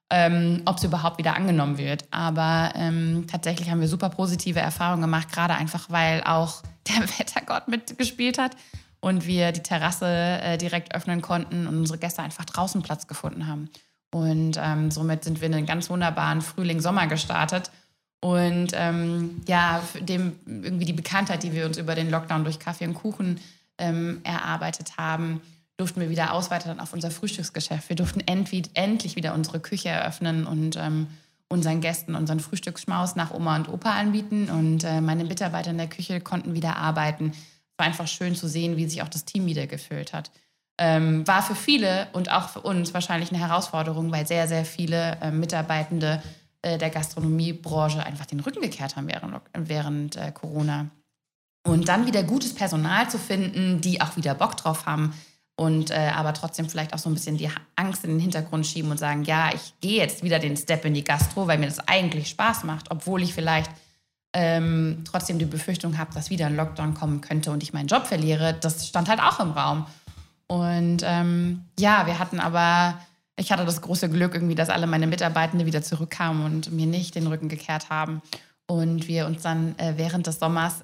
ob es überhaupt wieder angenommen wird. Aber tatsächlich haben wir super positive Erfahrungen gemacht, gerade einfach, weil auch der Wettergott mitgespielt hat und wir die Terrasse direkt öffnen konnten und unsere Gäste einfach draußen Platz gefunden haben. Und somit sind wir in einen ganz wunderbaren Frühling-Sommer gestartet. Und irgendwie die Bekanntheit, die wir uns über den Lockdown durch Kaffee und Kuchen erarbeitet haben, durften wir wieder ausweiten auf unser Frühstücksgeschäft. Wir durften endlich wieder unsere Küche eröffnen und unseren Gästen unseren Frühstücksschmaus nach Oma und Opa anbieten. Und meine Mitarbeiter in der Küche konnten wieder arbeiten. Es war einfach schön zu sehen, wie sich auch das Team wieder gefüllt hat. War für viele und auch für uns wahrscheinlich eine Herausforderung, weil sehr, sehr viele Mitarbeitende der Gastronomiebranche einfach den Rücken gekehrt haben während Corona. Und dann wieder gutes Personal zu finden, die auch wieder Bock drauf haben und aber trotzdem vielleicht auch so ein bisschen die Angst in den Hintergrund schieben und sagen, ja, ich gehe jetzt wieder den Step in die Gastro, weil mir das eigentlich Spaß macht, obwohl ich vielleicht trotzdem die Befürchtung habe, dass wieder ein Lockdown kommen könnte und ich meinen Job verliere. Das stand halt auch im Raum. Und wir hatten aber, ich hatte das große Glück irgendwie, dass alle meine Mitarbeitende wieder zurückkamen und mir nicht den Rücken gekehrt haben. Und wir uns dann während des Sommers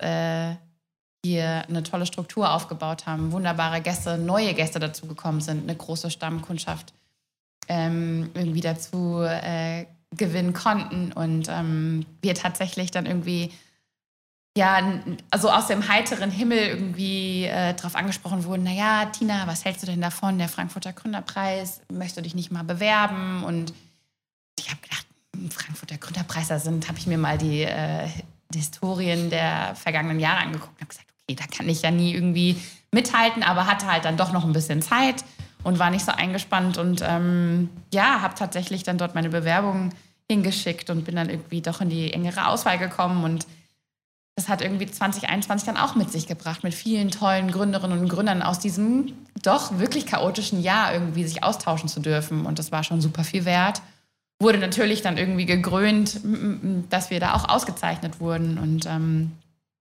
hier eine tolle Struktur aufgebaut haben, wunderbare Gäste, neue Gäste dazugekommen sind, eine große Stammkundschaft irgendwie dazu gewinnen konnten und wir tatsächlich dann irgendwie also aus dem heiteren Himmel irgendwie drauf angesprochen wurden, naja, Tina, was hältst du denn davon, der Frankfurter Gründerpreis, möchtest du dich nicht mal bewerben? Und ich habe gedacht, Frankfurter Gründerpreis, habe ich mir mal die Historien der vergangenen Jahre angeguckt und habe gesagt, okay, da kann ich ja nie irgendwie mithalten, aber hatte halt dann doch noch ein bisschen Zeit und war nicht so eingespannt und habe tatsächlich dann dort meine Bewerbung hingeschickt und bin dann irgendwie doch in die engere Auswahl gekommen und das hat irgendwie 2021 dann auch mit sich gebracht, mit vielen tollen Gründerinnen und Gründern aus diesem doch wirklich chaotischen Jahr irgendwie sich austauschen zu dürfen. Und das war schon super viel wert. Wurde natürlich dann irgendwie gekrönt, dass wir da auch ausgezeichnet wurden. Und dann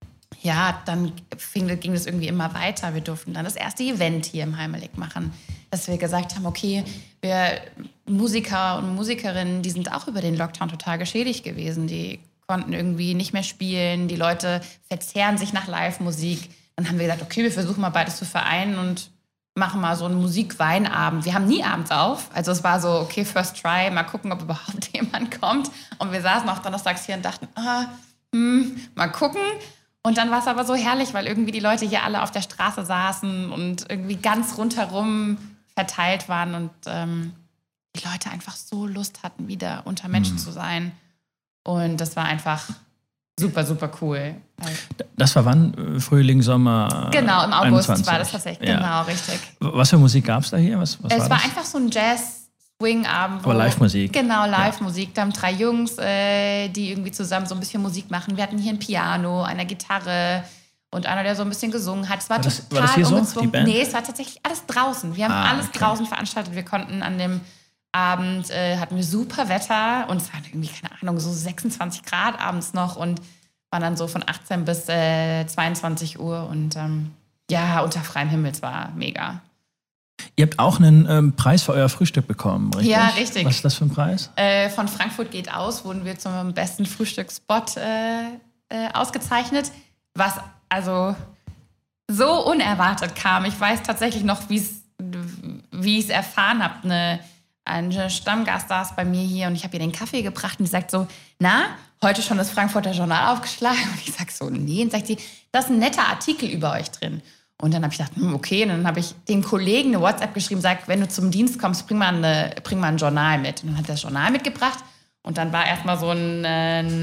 ging es irgendwie immer weiter. Wir durften dann das erste Event hier im Heimelik machen, dass wir gesagt haben, okay, wir Musiker und Musikerinnen, die sind auch über den Lockdown total geschädigt gewesen. Die konnten irgendwie nicht mehr spielen, die Leute verzehren sich nach Live-Musik. Dann haben wir gesagt, okay, wir versuchen mal beides zu vereinen und machen mal so einen Musik-Weinabend. Wir haben nie abends auf, also es war so, okay, first try, mal gucken, ob überhaupt jemand kommt. Und wir saßen auch donnerstags hier und dachten, mal gucken. Und dann war es aber so herrlich, weil irgendwie die Leute hier alle auf der Straße saßen und irgendwie ganz rundherum verteilt waren und die Leute einfach so Lust hatten, wieder unter Menschen zu sein. Und das war einfach super, super cool. Das war wann? Frühling, Sommer? Genau, im August 21. war das tatsächlich. Ja. Genau, richtig. Was für Musik gab es da hier? Was es war einfach so ein Jazz-Swing-Abend. Aber Live-Musik? Genau, Live-Musik. Da haben 3 Jungs, die irgendwie zusammen so ein bisschen Musik machen. Wir hatten hier ein Piano, eine Gitarre und einer, der so ein bisschen gesungen hat. Es war total war das hier ungezwungen. so, die Band? Nee, es war tatsächlich alles draußen. Wir haben alles draußen veranstaltet. Wir konnten an dem Abend hatten wir super Wetter und es waren irgendwie, keine Ahnung, so 26 Grad abends noch und waren dann so von 18 bis 22 Uhr und unter freiem Himmel, es war mega. Ihr habt auch einen Preis für euer Frühstück bekommen, richtig? Ja, richtig. Was ist das für ein Preis? Von Frankfurt geht aus, wurden wir zum besten Frühstücksspot ausgezeichnet, was also so unerwartet kam. Ich weiß tatsächlich noch, wie ich es erfahren habe. Ein Stammgast saß bei mir hier und ich habe ihr den Kaffee gebracht und die sagt so, na, heute schon das Frankfurter Journal aufgeschlagen? Und ich sage so, nee. Und sagt sie, da ist ein netter Artikel über euch drin. Und dann habe ich gedacht, okay. Und dann habe ich dem Kollegen eine WhatsApp geschrieben, sag, wenn du zum Dienst kommst, bring mal ein Journal mit. Und dann hat er das Journal mitgebracht und dann war erstmal so ein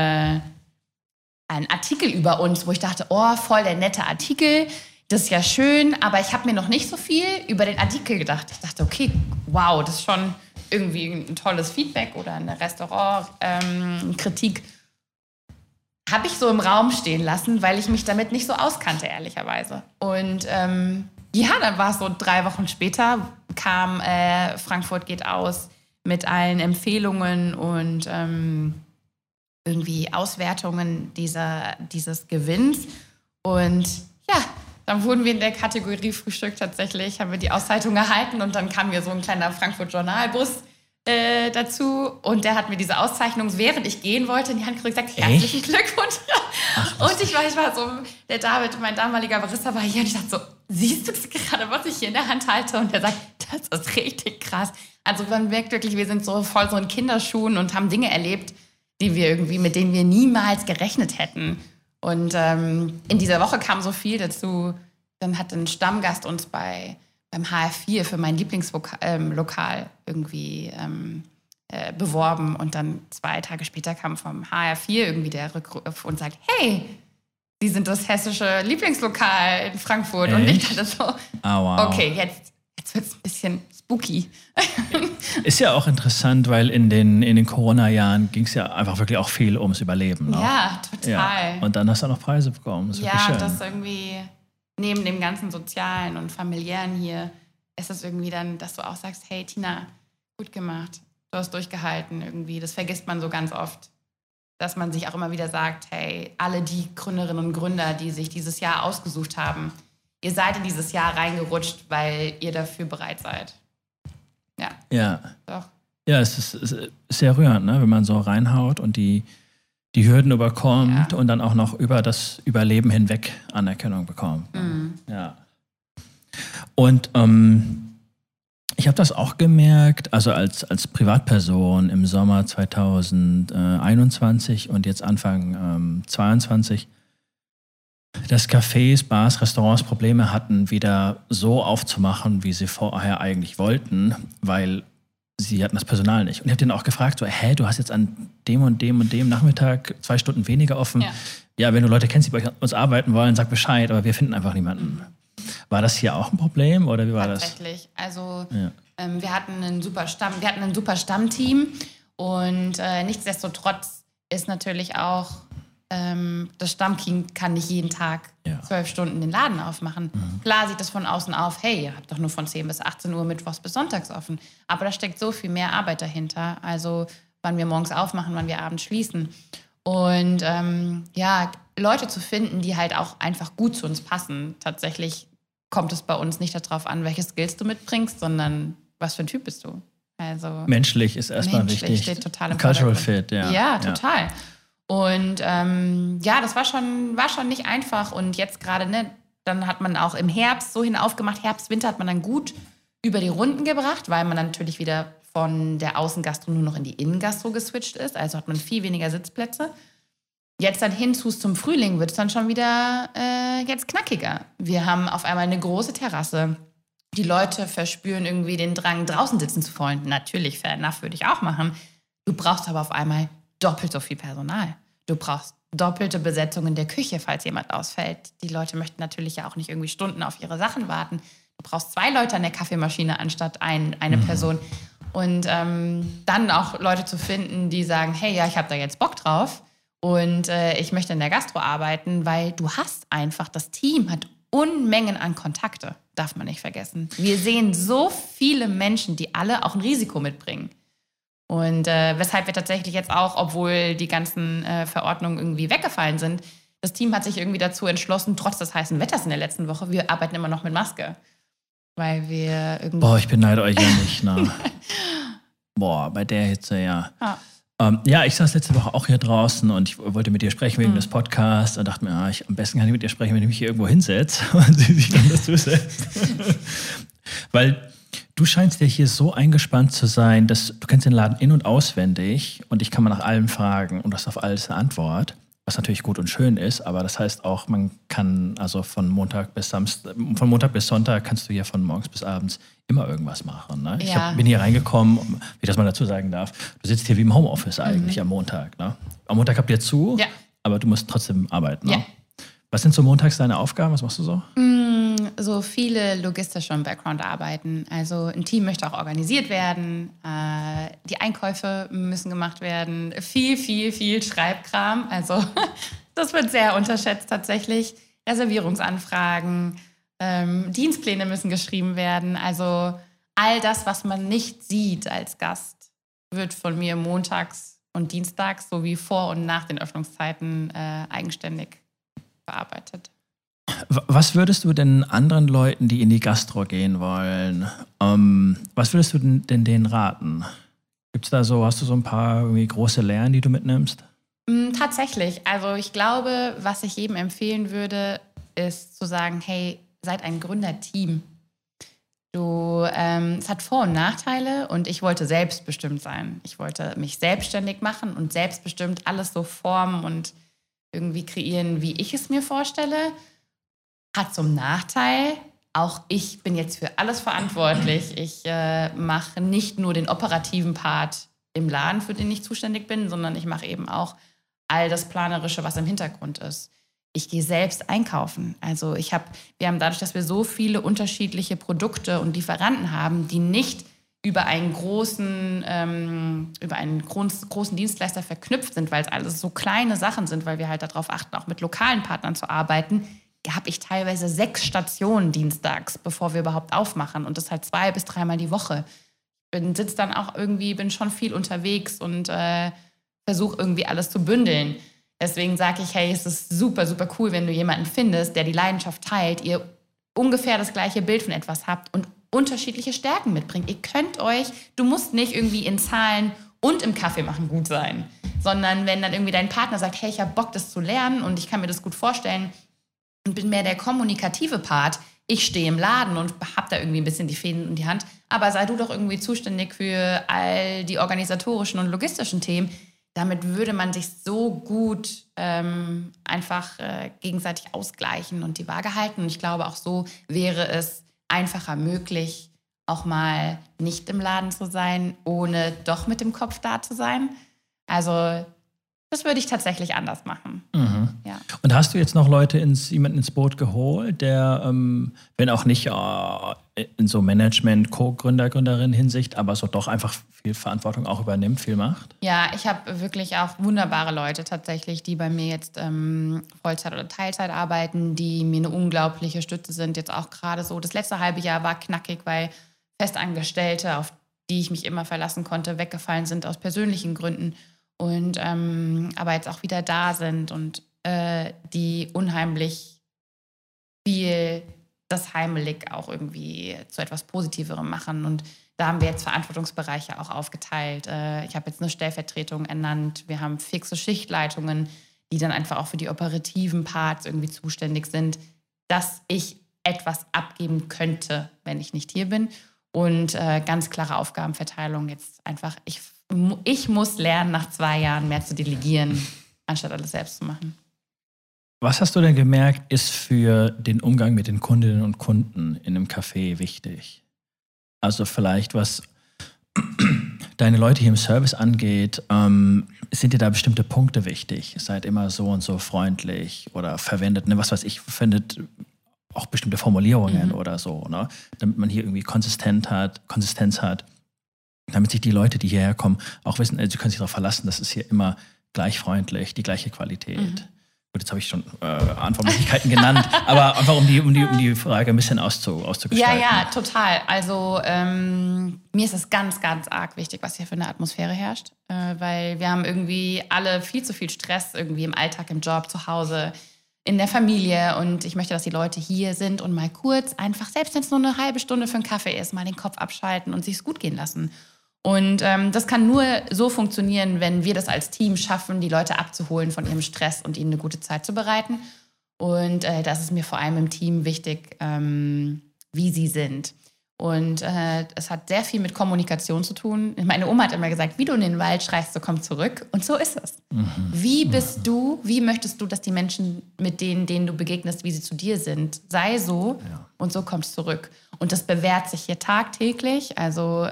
Artikel über uns, wo ich dachte, oh, voll der nette Artikel. Das ist ja schön, aber ich habe mir noch nicht so viel über den Artikel gedacht. Ich dachte, okay, wow, das ist schon irgendwie ein tolles Feedback oder eine Restaurantkritik. Habe ich so im Raum stehen lassen, weil ich mich damit nicht so auskannte, ehrlicherweise. Und dann war es so 3 Wochen später, kam Frankfurt geht aus mit allen Empfehlungen und irgendwie Auswertungen dieses Gewinns. Und ja, dann wurden wir in der Kategorie Frühstück tatsächlich, haben wir die Auszeichnung erhalten und dann kam hier so ein kleiner Frankfurt-Journal-Bus dazu. Und der hat mir diese Auszeichnung, während ich gehen wollte, in die Hand gedrückt und gesagt, herzlichen Glückwunsch. Und ich war so, der David, mein damaliger Barista, war hier und ich dachte so, siehst du das gerade, was ich hier in der Hand halte? Und der sagt, das ist richtig krass. Also man merkt wirklich, wir sind so voll so in Kinderschuhen und haben Dinge erlebt, mit denen wir niemals gerechnet hätten. Und in dieser Woche kam so viel dazu. Dann hat ein Stammgast uns beim HR4 für mein Lieblingslokal irgendwie beworben. Und dann 2 Tage später kam vom HR4 irgendwie der Rückruf und sagt, hey, Sie sind das hessische Lieblingslokal in Frankfurt. Echt? Und ich dachte so, wow. Okay, jetzt wird es ein bisschen spooky. Ist ja auch interessant, weil in den Corona-Jahren ging es ja einfach wirklich auch viel ums Überleben. Ne? Ja, total. Ja. Und dann hast du auch noch Preise bekommen. Das ist wirklich schön. Das irgendwie neben dem ganzen Sozialen und Familiären hier ist es irgendwie dann, dass du auch sagst, hey Tina, gut gemacht, du hast durchgehalten irgendwie. Das vergisst man so ganz oft, dass man sich auch immer wieder sagt, hey, alle die Gründerinnen und Gründer, die sich dieses Jahr ausgesucht haben, ihr seid in dieses Jahr reingerutscht, weil ihr dafür bereit seid. Ja. Ja. Doch. Ja, es ist sehr rührend, ne? Wenn man so reinhaut und die Hürden überkommt und dann auch noch über das Überleben hinweg Anerkennung bekommt. Mhm. Ja. Und ich habe das auch gemerkt, also als Privatperson im Sommer 2021 und jetzt Anfang 22, dass Cafés, Bars, Restaurants Probleme hatten, wieder so aufzumachen, wie sie vorher eigentlich wollten, weil sie hatten das Personal nicht. Und ich habe den auch gefragt, so, du hast jetzt an dem und dem und dem Nachmittag 2 Stunden weniger offen. Ja, wenn du Leute kennst, die bei uns arbeiten wollen, sag Bescheid, aber wir finden einfach niemanden. War das hier auch ein Problem oder wie war das? Tatsächlich. Also wir hatten ein super Stammteam und nichtsdestotrotz ist natürlich auch das Stammteam kann nicht jeden Tag 12 Stunden den Laden aufmachen. Klar sieht das von außen auf, hey, ihr habt doch nur von 10 bis 18 Uhr mittwochs bis sonntags offen. Aber da steckt so viel mehr Arbeit dahinter. Also wann wir morgens aufmachen, wann wir abends schließen. Und Leute zu finden, die halt auch einfach gut zu uns passen. Tatsächlich kommt es bei uns nicht darauf an, welche Skills du mitbringst, sondern was für ein Typ bist du. Also menschlich ist erstmal wichtig. Steht total im Cultural Vordergrund. Fit, Ja, total. Und das war schon nicht einfach. Und jetzt gerade, dann hat man auch im Herbst so aufgemacht, Herbst, Winter hat man dann gut über die Runden gebracht, weil man dann natürlich wieder von der Außengastro nur noch in die Innengastro geswitcht ist. Also hat man viel weniger Sitzplätze. Jetzt dann zum Frühling wird es dann schon wieder jetzt knackiger. Wir haben auf einmal eine große Terrasse. Die Leute verspüren irgendwie den Drang, draußen sitzen zu wollen. Natürlich, fair enough, würde ich auch machen. Du brauchst aber auf einmal doppelt so viel Personal. Du brauchst doppelte Besetzung in der Küche, falls jemand ausfällt. Die Leute möchten natürlich ja auch nicht irgendwie Stunden auf ihre Sachen warten. Du brauchst 2 Leute an der Kaffeemaschine anstatt eine Person. Und dann auch Leute zu finden, die sagen, hey, ja, ich habe da jetzt Bock drauf und ich möchte in der Gastro arbeiten, weil du hast einfach, das Team hat Unmengen an Kontakte, darf man nicht vergessen. Wir sehen so viele Menschen, die alle auch ein Risiko mitbringen. Und weshalb wir tatsächlich jetzt auch, obwohl die ganzen Verordnungen irgendwie weggefallen sind, das Team hat sich irgendwie dazu entschlossen, trotz des heißen Wetters in der letzten Woche, wir arbeiten immer noch mit Maske. Weil wir irgendwie... Boah, ich beneide euch ja nicht, ne? Boah, bei der Hitze, ja. Ich saß letzte Woche auch hier draußen und ich wollte mit dir sprechen wegen des Podcasts und dachte mir, am besten kann ich mit dir sprechen, wenn ich mich hier irgendwo hinsetze und sie sich dann dazu setzt. Weil du scheinst ja hier so eingespannt zu sein, dass du kennst den Laden in- und auswendig und ich kann mal nach allem fragen und du hast auf alles eine Antwort, was natürlich gut und schön ist, aber das heißt auch, man kann also von Montag bis Sonntag kannst du hier von morgens bis abends immer irgendwas machen. Ne? Ich bin hier reingekommen, wie ich das mal dazu sagen darf, du sitzt hier wie im Homeoffice eigentlich am Montag. Ne? Am Montag habt ihr zu, aber du musst trotzdem arbeiten. Ne? Ja. Was sind so montags deine Aufgaben? Was machst du so? So viele logistische im Background arbeiten. Also ein Team möchte auch organisiert werden. Die Einkäufe müssen gemacht werden. Viel, viel, viel Schreibkram. Also das wird sehr unterschätzt tatsächlich. Reservierungsanfragen, Dienstpläne müssen geschrieben werden. Also all das, was man nicht sieht als Gast, wird von mir montags und dienstags sowie vor und nach den Öffnungszeiten eigenständig bearbeitet. Was würdest du denn anderen Leuten, die in die Gastro gehen wollen, was würdest du denn denen raten? Gibt's da so, hast du so ein paar irgendwie große Lehren, die du mitnimmst? Tatsächlich. Also ich glaube, was ich jedem empfehlen würde, ist zu sagen, hey, seid ein Gründerteam. Es hat Vor- und Nachteile und ich wollte selbstbestimmt sein. Ich wollte mich selbstständig machen und selbstbestimmt alles so formen und irgendwie kreieren, wie ich es mir vorstelle. Hat zum Nachteil, auch ich bin jetzt für alles verantwortlich. Ich mache nicht nur den operativen Part im Laden, für den ich zuständig bin, sondern ich mache eben auch all das Planerische, was im Hintergrund ist. Ich gehe selbst einkaufen. Also wir haben dadurch, dass wir so viele unterschiedliche Produkte und Lieferanten haben, die nicht über einen großen Dienstleister verknüpft sind, weil es alles so kleine Sachen sind, weil wir halt darauf achten, auch mit lokalen Partnern zu arbeiten, habe ich teilweise 6 Stationen dienstags, bevor wir überhaupt aufmachen. Und das halt 2 bis 3 Mal die Woche. Bin schon viel unterwegs und versuche irgendwie alles zu bündeln. Deswegen sage ich, hey, es ist super, super cool, wenn du jemanden findest, der die Leidenschaft teilt, ihr ungefähr das gleiche Bild von etwas habt und unterschiedliche Stärken mitbringt. Du musst nicht irgendwie in Zahlen und im Kaffee machen gut sein, sondern wenn dann irgendwie dein Partner sagt, hey, ich habe Bock, das zu lernen und ich kann mir das gut vorstellen und bin mehr der kommunikative Part, ich stehe im Laden und habe da irgendwie ein bisschen die Fäden in die Hand, aber sei du doch irgendwie zuständig für all die organisatorischen und logistischen Themen. Damit würde man sich so gut gegenseitig ausgleichen und die Waage halten. Und ich glaube, auch so wäre es einfacher möglich, auch mal nicht im Laden zu sein, ohne doch mit dem Kopf da zu sein. Also das würde ich tatsächlich anders machen. Mhm. Ja. Und hast du jetzt noch jemanden ins Boot geholt, der, wenn auch nicht in so Management, Co-Gründer, Gründerin Hinsicht, aber so doch einfach viel Verantwortung auch übernimmt, viel macht? Ja, ich habe wirklich auch wunderbare Leute tatsächlich, die bei mir jetzt Vollzeit oder Teilzeit arbeiten, die mir eine unglaubliche Stütze sind. Jetzt auch gerade so, das letzte halbe Jahr war knackig, weil Festangestellte, auf die ich mich immer verlassen konnte, weggefallen sind aus persönlichen Gründen. Und aber jetzt auch wieder da sind und die unheimlich viel das Heimelig auch irgendwie zu etwas Positiverem machen. Und da haben wir jetzt Verantwortungsbereiche auch aufgeteilt. Ich habe jetzt eine Stellvertretung ernannt. Wir haben fixe Schichtleitungen, die dann einfach auch für die operativen Parts irgendwie zuständig sind, dass ich etwas abgeben könnte, wenn ich nicht hier bin. Und ganz klare Aufgabenverteilung jetzt einfach, ich muss lernen, nach 2 Jahren mehr zu delegieren, anstatt alles selbst zu machen. Was hast du denn gemerkt, ist für den Umgang mit den Kundinnen und Kunden in einem Café wichtig? Also vielleicht, was deine Leute hier im Service angeht, sind dir da bestimmte Punkte wichtig? Seid immer so und so freundlich oder verwendet, verwendet auch bestimmte Formulierungen oder so, ne? Damit man hier irgendwie Konsistenz hat. Damit sich die Leute, die hierher kommen, auch wissen, sie können sich darauf verlassen, das ist hier immer gleich freundlich, die gleiche Qualität. Gut, jetzt habe ich schon Antwortmöglichkeiten genannt, aber einfach um die Frage ein bisschen auszugestalten. Ja, total. Also mir ist es ganz, ganz arg wichtig, was hier für eine Atmosphäre herrscht, weil wir haben irgendwie alle viel zu viel Stress irgendwie im Alltag, im Job, zu Hause, in der Familie und ich möchte, dass die Leute hier sind und mal kurz einfach, selbst wenn es nur eine halbe Stunde für einen Kaffee ist, mal den Kopf abschalten und sich es gut gehen lassen. Und das kann nur so funktionieren, wenn wir das als Team schaffen, die Leute abzuholen von ihrem Stress und ihnen eine gute Zeit zu bereiten. Und das ist mir vor allem im Team wichtig, wie sie sind. Und es hat sehr viel mit Kommunikation zu tun. Meine Oma hat immer gesagt, wie du in den Wald schreist, so komm zurück. Und so ist es. Wie möchtest du, dass die Menschen, mit denen du begegnest, wie sie zu dir sind, sei so und so kommst du zurück. Und das bewährt sich hier tagtäglich. Also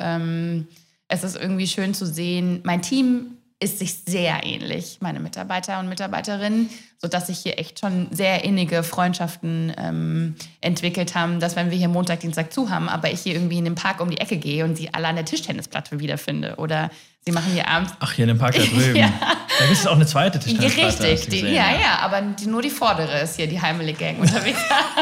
es ist irgendwie schön zu sehen, mein Team ist sich sehr ähnlich, meine Mitarbeiter und Mitarbeiterinnen, sodass sich hier echt schon sehr innige Freundschaften entwickelt haben, dass wenn wir hier Montag, Dienstag zu haben, aber ich hier irgendwie in den Park um die Ecke gehe und sie alle an der Tischtennisplatte wiederfinde oder sie machen hier abends... Ach, hier in dem Park da drüben. Da gibt es auch eine zweite Tischtennisplatte. Richtig, aber nur die vordere ist hier, die Heimelig-Gang unterwegs.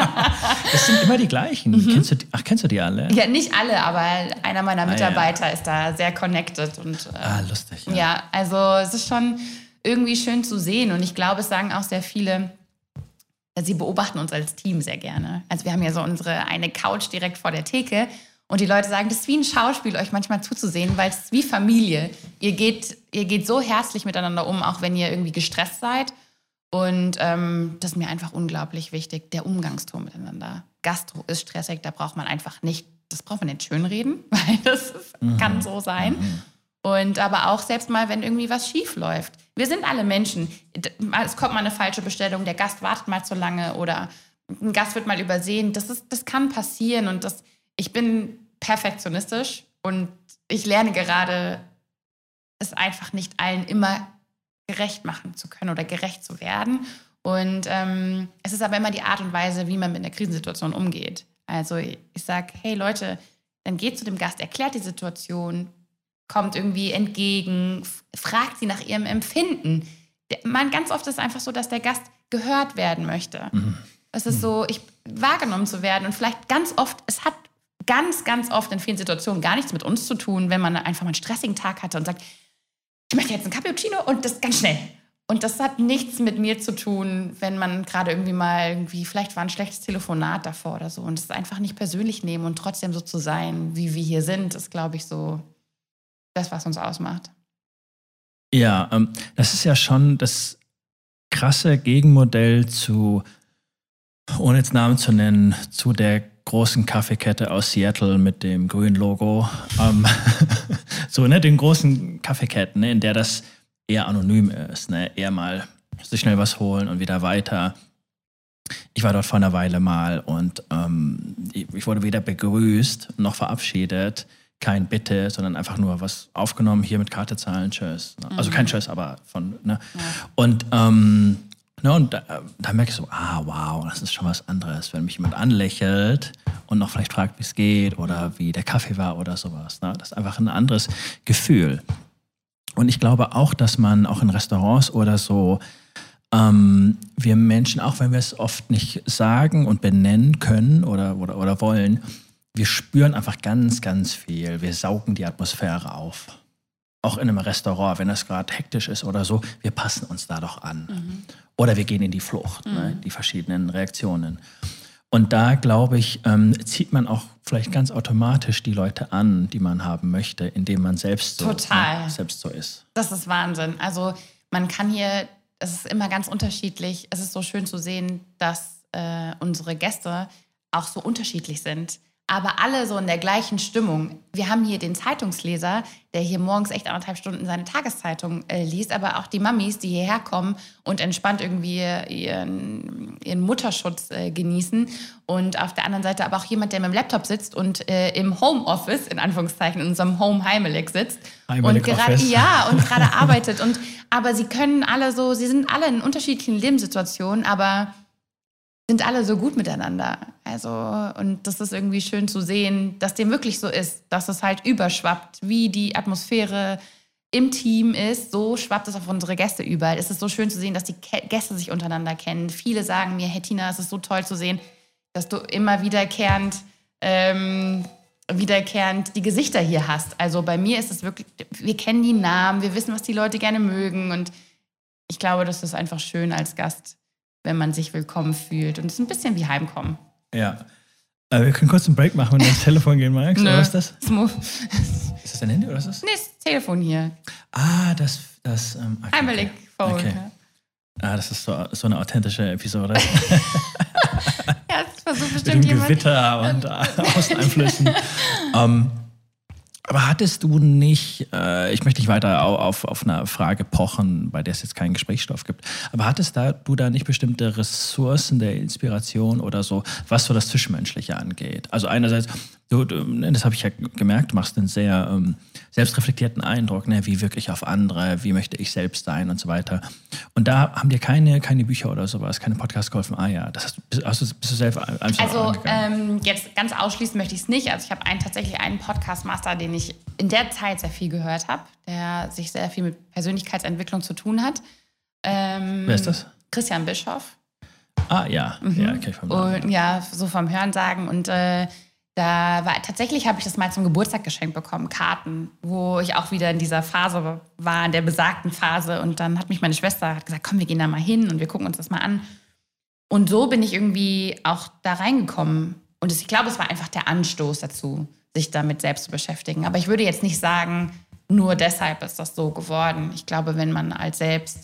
Das sind immer die gleichen. Kennst du die alle? Ja, nicht alle, aber einer meiner Mitarbeiter ist da sehr connected. Und, lustig. Ja, also es ist schon irgendwie schön zu sehen und ich glaube, es sagen auch sehr viele, sie beobachten uns als Team sehr gerne. Also wir haben ja so unsere eine Couch direkt vor der Theke Und die Leute sagen, das ist wie ein Schauspiel, euch manchmal zuzusehen, weil es ist wie Familie. Ihr geht so herzlich miteinander um, auch wenn ihr irgendwie gestresst seid. Und das ist mir einfach unglaublich wichtig, der Umgangston miteinander. Gastro ist stressig, da braucht man einfach nicht, das braucht man nicht schönreden, weil das kann so sein. Und aber auch selbst mal, wenn irgendwie was schief läuft. Wir sind alle Menschen. Es kommt mal eine falsche Bestellung, der Gast wartet mal zu lange oder ein Gast wird mal übersehen. Das kann passieren und ich bin perfektionistisch und ich lerne gerade, es einfach nicht allen immer gerecht machen zu können oder gerecht zu werden. Und es ist aber immer die Art und Weise, wie man mit einer Krisensituation umgeht. Also ich sage, hey Leute, dann geht zu dem Gast, erklärt die Situation, kommt irgendwie entgegen, fragt sie nach ihrem Empfinden. Ganz oft ist es einfach so, dass der Gast gehört werden möchte. Es ist so, wahrgenommen zu werden und vielleicht ganz oft, es hat ganz, ganz oft in vielen Situationen gar nichts mit uns zu tun, wenn man einfach mal einen stressigen Tag hatte und sagt, ich möchte jetzt einen Cappuccino und das ganz schnell. Und das hat nichts mit mir zu tun, wenn man gerade vielleicht war ein schlechtes Telefonat davor oder so. Und es einfach nicht persönlich nehmen und trotzdem so zu sein, wie wir hier sind, ist, glaube ich, so das, was uns ausmacht. Ja, das ist ja schon das krasse Gegenmodell zu, ohne jetzt Namen zu nennen, zu der großen Kaffeekette aus Seattle mit dem grünen Logo. So, ne, den großen Kaffeeketten, ne, in der das eher anonym ist, ne, eher mal sich schnell was holen und wieder weiter. Ich war dort vor einer Weile mal und ich wurde weder begrüßt noch verabschiedet. Kein Bitte, sondern einfach nur was aufgenommen, hier mit Karte zahlen, tschüss. Also kein Tschüss, aber von, ne. Ja. Und da merke ich so, wow, das ist schon was anderes, wenn mich jemand anlächelt und noch vielleicht fragt, wie es geht oder wie der Kaffee war oder sowas. Ne? Das ist einfach ein anderes Gefühl. Und ich glaube auch, dass man auch in Restaurants oder so, wir Menschen, auch wenn wir es oft nicht sagen und benennen können oder wollen, wir spüren einfach ganz, ganz viel. Wir saugen die Atmosphäre auf. Auch in einem Restaurant, wenn das gerade hektisch ist oder so, wir passen uns da doch an. Oder wir gehen in die Flucht, ne, die verschiedenen Reaktionen. Und da, glaube ich, zieht man auch vielleicht ganz automatisch die Leute an, die man haben möchte, indem man selbst so ist. Das ist Wahnsinn. Also man kann hier, es ist immer ganz unterschiedlich. Es ist so schön zu sehen, dass unsere Gäste auch so unterschiedlich sind. Aber alle so in der gleichen Stimmung. Wir haben hier den Zeitungsleser, der hier morgens echt 1,5 Stunden seine Tageszeitung liest, aber auch die Mamis, die hierher kommen und entspannt irgendwie ihren Mutterschutz genießen. Und auf der anderen Seite aber auch jemand, der mit dem Laptop sitzt und im Homeoffice, in Anführungszeichen, in unserem Home Heimelig sitzt. Und gerade arbeitet. Aber sie sind alle in unterschiedlichen Lebenssituationen, aber sind alle so gut miteinander. Also, und das ist irgendwie schön zu sehen, dass dem wirklich so ist, dass es halt überschwappt, wie die Atmosphäre im Team ist, so schwappt es auf unsere Gäste über. Es ist so schön zu sehen, dass die Gäste sich untereinander kennen. Viele sagen mir, hey Tina, es ist so toll zu sehen, dass du immer wiederkehrend die Gesichter hier hast. Also bei mir ist es wirklich, wir kennen die Namen, wir wissen, was die Leute gerne mögen und ich glaube, das ist einfach schön als Gast, wenn man sich willkommen fühlt. Und es ist ein bisschen wie Heimkommen. Ja. Wir können kurz einen Break machen, wenn du ins Telefon gehen magst. Nö. Oder was ist das? Ist das dein Handy oder ist das? Nee, das Telefon hier. Das okay. Heimelig-Phone. Okay. Das ist so eine authentische Episode. Ja, das versucht bestimmt mit dem jemand. Gewitter und Außeneinflüssen. Aber hattest du nicht, ich möchte nicht weiter auf einer Frage pochen, bei der es jetzt keinen Gesprächsstoff gibt, aber hattest du da nicht bestimmte Ressourcen der Inspiration oder so, was so das Zwischenmenschliche angeht? Also einerseits, das habe ich ja gemerkt, du machst einen sehr selbstreflektierten Eindruck, ne, wie wirklich auf andere, wie möchte ich selbst sein und so weiter. Und da haben dir keine Bücher oder sowas, keine Podcasts geholfen. Bist du selbst einfach Also jetzt ganz ausschließen möchte ich es nicht. Also ich habe tatsächlich einen Podcast-Master, den ich in der Zeit sehr viel gehört habe, der sich sehr viel mit Persönlichkeitsentwicklung zu tun hat. Wer ist das? Christian Bischoff. Ja, okay, vom Namen. Und ja, so vom Hörensagen. Und tatsächlich habe ich das mal zum Geburtstag geschenkt bekommen, Karten, wo ich auch wieder in dieser Phase war, in der besagten Phase. Und dann hat mich meine Schwester gesagt, komm, wir gehen da mal hin und wir gucken uns das mal an. Und so bin ich irgendwie auch da reingekommen. Und ich glaube, es war einfach der Anstoß dazu. sich damit selbst zu beschäftigen. Aber ich würde jetzt nicht sagen, nur deshalb ist das so geworden. Ich glaube, wenn man als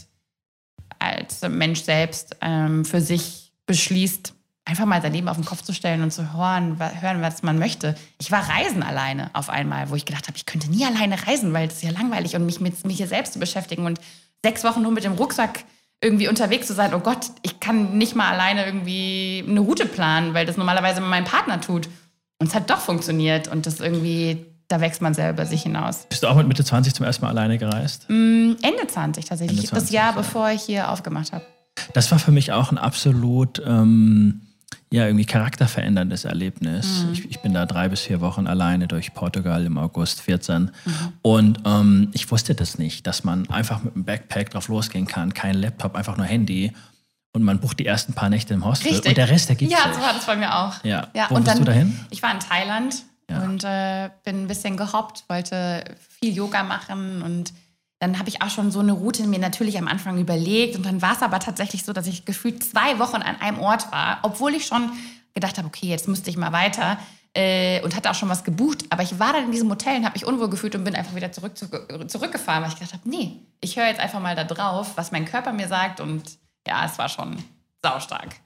Mensch selbst für sich beschließt, einfach mal sein Leben auf den Kopf zu stellen und zu hören, was man möchte. Ich war reisen alleine auf einmal, wo ich gedacht habe, ich könnte nie alleine reisen, weil das ist ja langweilig und mich hier selbst zu beschäftigen und 6 Wochen nur mit dem Rucksack irgendwie unterwegs zu sein. Oh Gott, ich kann nicht mal alleine irgendwie eine Route planen, weil das normalerweise mein Partner tut. Und es hat doch funktioniert und das irgendwie, da wächst man selber über sich hinaus. Bist du auch mit Mitte 20 zum ersten Mal alleine gereist? Ende 20 tatsächlich. Ende 20, das Jahr, bevor ich hier aufgemacht habe. Das war für mich auch ein absolut irgendwie charakterveränderndes Erlebnis. Ich bin da 3 bis 4 Wochen alleine durch Portugal im August 14. Und ich wusste das nicht, dass man einfach mit einem Backpack drauf losgehen kann, kein Laptop, einfach nur Handy. Und man bucht die ersten paar Nächte im Hostel. Richtig. Und der Rest ergibt sich. Ja, so war das bei mir auch. Ja. Wo bist du dahin? Ich war in Thailand und bin ein bisschen gehoppt, wollte viel Yoga machen und dann habe ich auch schon so eine Route mir natürlich am Anfang überlegt und dann war es aber tatsächlich so, dass ich gefühlt 2 Wochen an einem Ort war, obwohl ich schon gedacht habe, okay, jetzt müsste ich mal weiter und hatte auch schon was gebucht, aber ich war dann in diesem Hotel und habe mich unwohl gefühlt und bin einfach wieder zurückgefahren, weil ich gedacht habe, nee, ich höre jetzt einfach mal da drauf, was mein Körper mir sagt und ja, es war schon saustark.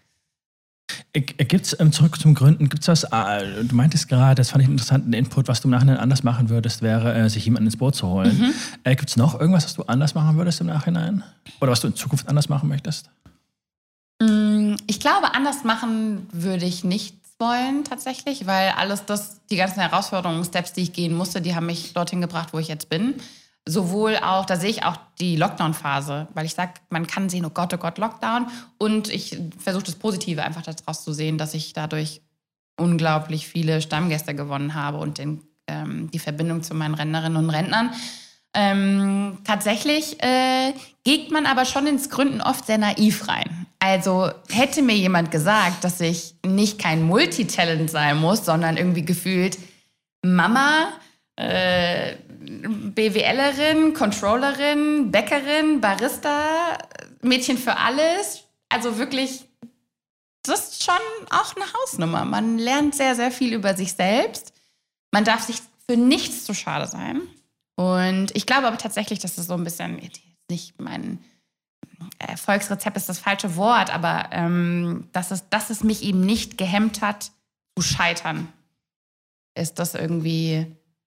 Gibt's zurück zum Gründen, gibt's was, du meintest gerade, das fand ich einen interessanten Input, was du im Nachhinein anders machen würdest, wäre, sich jemanden ins Boot zu holen. Gibt's noch irgendwas, was du anders machen würdest im Nachhinein? Oder was du in Zukunft anders machen möchtest? Ich glaube, anders machen würde ich nichts wollen tatsächlich, weil die ganzen Herausforderungen, Steps, die ich gehen musste, die haben mich dorthin gebracht, wo ich jetzt bin. Sowohl auch, da sehe ich auch die Lockdown-Phase, weil ich sage, man kann sehen, oh Gott, Lockdown. Und ich versuche das Positive einfach daraus zu sehen, dass ich dadurch unglaublich viele Stammgäste gewonnen habe und die Verbindung zu meinen Rentnerinnen und Rentnern. Tatsächlich geht man aber schon ins Gründen oft sehr naiv rein. Also hätte mir jemand gesagt, dass ich nicht kein Multitalent sein muss, sondern irgendwie gefühlt Mama, BWLerin, Controllerin, Bäckerin, Barista, Mädchen für alles. Also wirklich, das ist schon auch eine Hausnummer. Man lernt sehr, sehr viel über sich selbst. Man darf sich für nichts zu schade sein. Und ich glaube aber tatsächlich, dass es so ein bisschen, nicht mein Erfolgsrezept ist das falsche Wort, aber dass es mich eben nicht gehemmt hat, zu scheitern, ist das irgendwie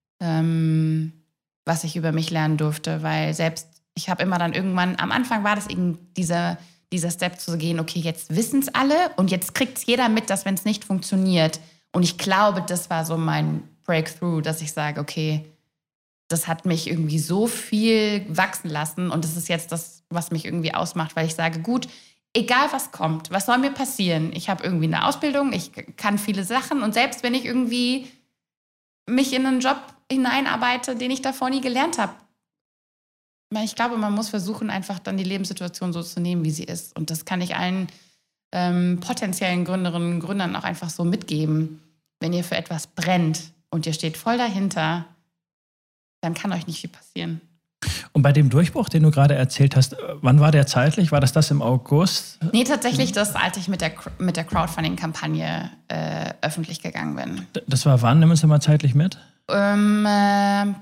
was ich über mich lernen durfte, weil selbst ich habe immer dann irgendwann, am Anfang war das eben dieser Step zu gehen, okay, jetzt wissen es alle und jetzt kriegt es jeder mit, dass wenn es nicht funktioniert. Und ich glaube, das war so mein Breakthrough, dass ich sage, okay, das hat mich irgendwie so viel wachsen lassen und das ist jetzt das, was mich irgendwie ausmacht, weil ich sage, gut, egal was kommt, was soll mir passieren? Ich habe irgendwie eine Ausbildung, ich kann viele Sachen und selbst wenn ich irgendwie mich in einen Job hineinarbeite, den ich davor nie gelernt habe. Ich glaube, man muss versuchen, einfach dann die Lebenssituation so zu nehmen, wie sie ist. Und das kann ich allen potenziellen Gründerinnen und Gründern auch einfach so mitgeben. Wenn ihr für etwas brennt und ihr steht voll dahinter, dann kann euch nicht viel passieren. Und bei dem Durchbruch, den du gerade erzählt hast, wann war der zeitlich? War das im August? Nee, tatsächlich das, als ich mit der Crowdfunding-Kampagne öffentlich gegangen bin. Das war wann? Nimm uns mal zeitlich mit. Mai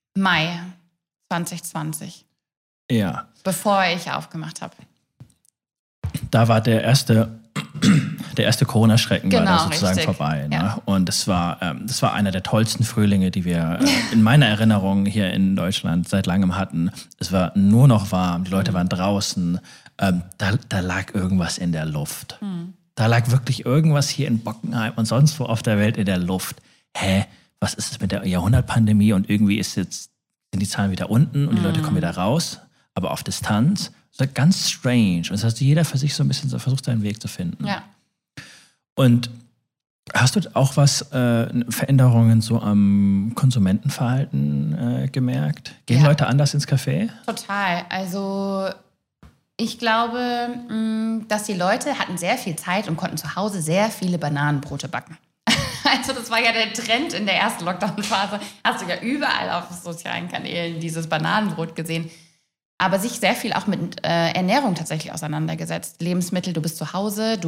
2020. Ja. Bevor ich aufgemacht habe. Da war der erste Corona-Schrecken war da sozusagen richtig. vorbei. Ne? Ja. Und das war einer der tollsten Frühlinge, die wir in meiner Erinnerung hier in Deutschland seit langem hatten. Es war nur noch warm, die Leute waren draußen. Da lag irgendwas in der Luft. Da lag wirklich irgendwas hier in Bockenheim und sonst wo auf der Welt in der Luft. Was ist es mit der Jahrhundertpandemie? Und irgendwie sind die Zahlen wieder unten und die Leute kommen wieder raus, aber auf Distanz. Das war ganz strange. Und das heißt, jeder für sich so ein bisschen versucht, seinen Weg zu finden. Ja. Und hast du auch Veränderungen so am Konsumentenverhalten gemerkt? Gehen Leute anders ins Café? Total. Also ich glaube, dass die Leute hatten sehr viel Zeit und konnten zu Hause sehr viele Bananenbrote backen. Also das war ja der Trend in der ersten Lockdown-Phase. Hast du ja überall auf sozialen Kanälen dieses Bananenbrot gesehen. Aber sich sehr viel auch mit Ernährung tatsächlich auseinandergesetzt. Lebensmittel, du bist zu Hause, du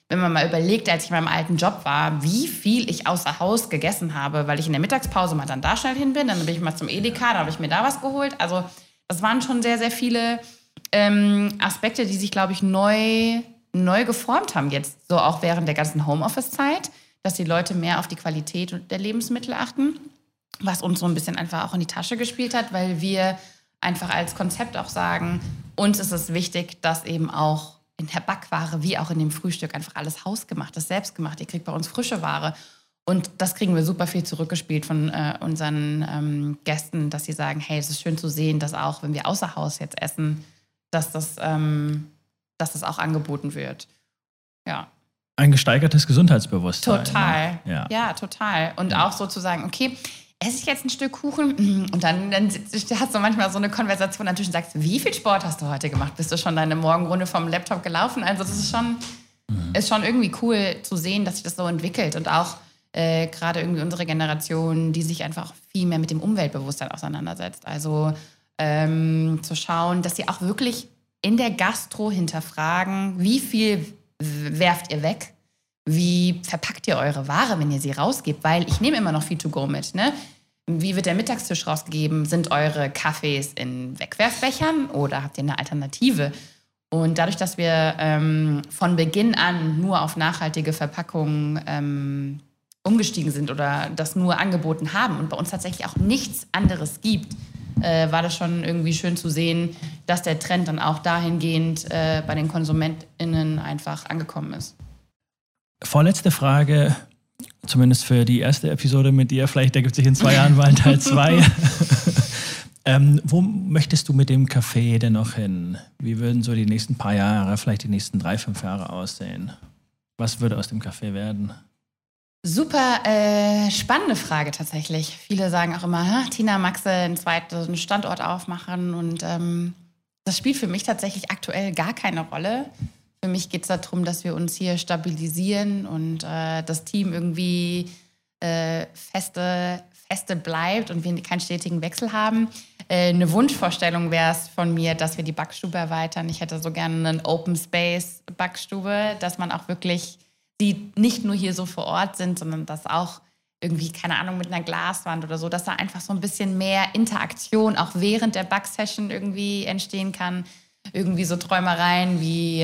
wenn man mal überlegt, als ich in meinem alten Job war, wie viel ich außer Haus gegessen habe, weil ich in der Mittagspause mal dann da schnell hin bin, dann bin ich mal zum Edeka, dann habe ich mir da was geholt. Also das waren schon sehr, sehr viele Aspekte, die sich, glaube ich, neu geformt haben jetzt, so auch während der ganzen Homeoffice-Zeit, dass die Leute mehr auf die Qualität der Lebensmittel achten, was uns so ein bisschen einfach auch in die Tasche gespielt hat, weil wir einfach als Konzept auch sagen, uns ist es wichtig, dass eben auch in der Backware wie auch in dem Frühstück einfach alles hausgemacht ist, selbstgemacht. Ihr kriegt bei uns frische Ware. Und das kriegen wir super viel zurückgespielt von unseren Gästen, dass sie sagen, hey, es ist schön zu sehen, dass auch, wenn wir außer Haus jetzt essen, dass das auch angeboten wird. Ja. Ein gesteigertes Gesundheitsbewusstsein. Total. Ne? Ja, total. Und auch so zu sagen, okay, esse ich jetzt ein Stück Kuchen? Und dann hast du manchmal so eine Konversation am Tisch und sagst, wie viel Sport hast du heute gemacht? Bist du schon deine Morgenrunde vom Laptop gelaufen? Also das ist schon irgendwie cool zu sehen, dass sich das so entwickelt. Und auch gerade irgendwie unsere Generation, die sich einfach viel mehr mit dem Umweltbewusstsein auseinandersetzt. Also zu schauen, dass sie auch wirklich in der Gastro hinterfragen, wie viel werft ihr weg? Wie verpackt ihr eure Ware, wenn ihr sie rausgebt? Weil ich nehme immer noch viel To-Go mit. Ne? Wie wird der Mittagstisch rausgegeben? Sind eure Kaffees in Wegwerfbechern oder habt ihr eine Alternative? Und dadurch, dass wir von Beginn an nur auf nachhaltige Verpackungen umgestiegen sind oder das nur angeboten haben und bei uns tatsächlich auch nichts anderes gibt, war das schon irgendwie schön zu sehen, dass der Trend dann auch dahingehend bei den KonsumentInnen einfach angekommen ist. Vorletzte Frage, zumindest für die erste Episode mit dir. Vielleicht ergibt sich in 2 Jahren mal ein Teil 2. Wo möchtest du mit dem Café denn noch hin? Wie würden so die nächsten paar Jahre, vielleicht die nächsten 3, 5 Jahre aussehen? Was würde aus dem Café werden? Super spannende Frage tatsächlich. Viele sagen auch immer, Tina, magst du einen zweiten Standort aufmachen? Und das spielt für mich tatsächlich aktuell gar keine Rolle. Für mich geht es darum, dass wir uns hier stabilisieren und das Team irgendwie feste bleibt und wir keinen stetigen Wechsel haben. Eine Wunschvorstellung wäre es von mir, dass wir die Backstube erweitern. Ich hätte so gerne eine Open Space Backstube, dass man auch wirklich die nicht nur hier so vor Ort sind, sondern dass auch irgendwie, keine Ahnung, mit einer Glaswand oder so, dass da einfach so ein bisschen mehr Interaktion auch während der Backsession irgendwie entstehen kann. Irgendwie so Träumereien wie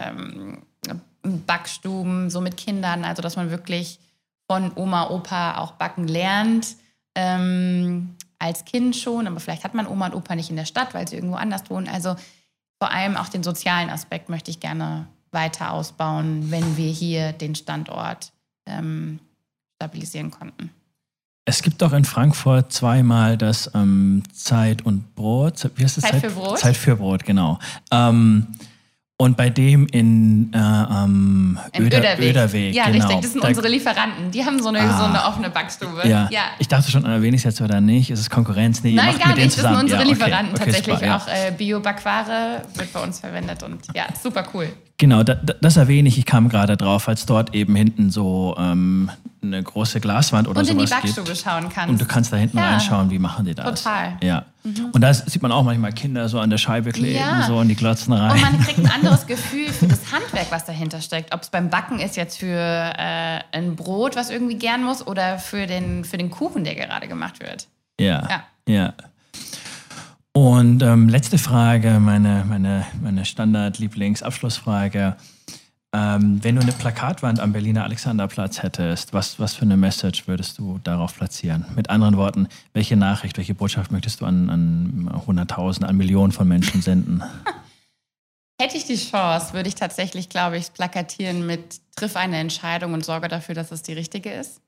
Backstuben, so mit Kindern, also dass man wirklich von Oma, Opa auch backen lernt, als Kind schon, aber vielleicht hat man Oma und Opa nicht in der Stadt, weil sie irgendwo anders wohnen. Also vor allem auch den sozialen Aspekt möchte ich gerne weiter ausbauen, wenn wir hier den Standort stabilisieren konnten. Es gibt doch in Frankfurt zweimal das Zeit und Brot. Wie heißt das? Zeit für Brot? Zeit für Brot, genau. Und bei dem in Oederweg. Ja, genau. Richtig. Das sind unsere Lieferanten. Die haben so eine offene Backstube. Ja. Ich dachte schon, erwähne ich es jetzt oder nicht? Ist es Konkurrenz? Nee, Nein, gar nicht. Das sind unsere Lieferanten tatsächlich. Super, ja. Auch Bio-Backware wird bei uns verwendet. Und ja, super cool. Genau, das erwähne ich. Ich kam gerade drauf, als dort eben hinten so eine große Glaswand oder sowas gibt. Und in die Backstube schauen kannst. Und du kannst da hinten reinschauen, wie machen die das. Total. Ja. Und da sieht man auch manchmal Kinder so an der Scheibe kleben, so in die Glotzen rein. Und man kriegt ein anderes Gefühl für das Handwerk, was dahinter steckt. Ob es beim Backen ist jetzt für ein Brot, was irgendwie gern muss, oder für den Kuchen, der gerade gemacht wird. Ja. Und letzte Frage, meine Standard-Lieblings-Abschlussfrage. Wenn du eine Plakatwand am Berliner Alexanderplatz hättest, was für eine Message würdest du darauf platzieren? Mit anderen Worten, welche Nachricht, welche Botschaft möchtest du an Hunderttausende, an Millionen von Menschen senden? Hätte ich die Chance, würde ich tatsächlich, glaube ich, plakatieren mit triff eine Entscheidung und sorge dafür, dass es die richtige ist.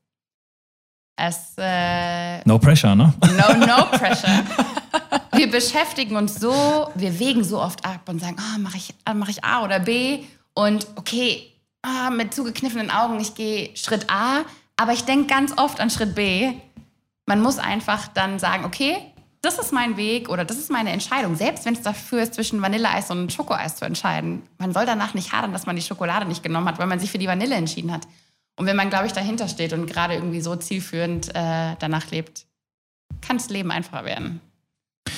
No pressure, ne? No pressure. Wir beschäftigen uns so, wir wägen so oft ab und sagen, mach ich A oder B? Und okay, mit zugekniffenen Augen, ich gehe Schritt A, aber ich denke ganz oft an Schritt B. Man muss einfach dann sagen, okay, das ist mein Weg oder das ist meine Entscheidung. Selbst wenn es dafür ist, zwischen Vanilleeis und Schokoeis zu entscheiden. Man soll danach nicht hadern, dass man die Schokolade nicht genommen hat, weil man sich für die Vanille entschieden hat. Und wenn man, glaube ich, dahinter steht und gerade irgendwie so zielführend danach lebt, kann das Leben einfacher werden.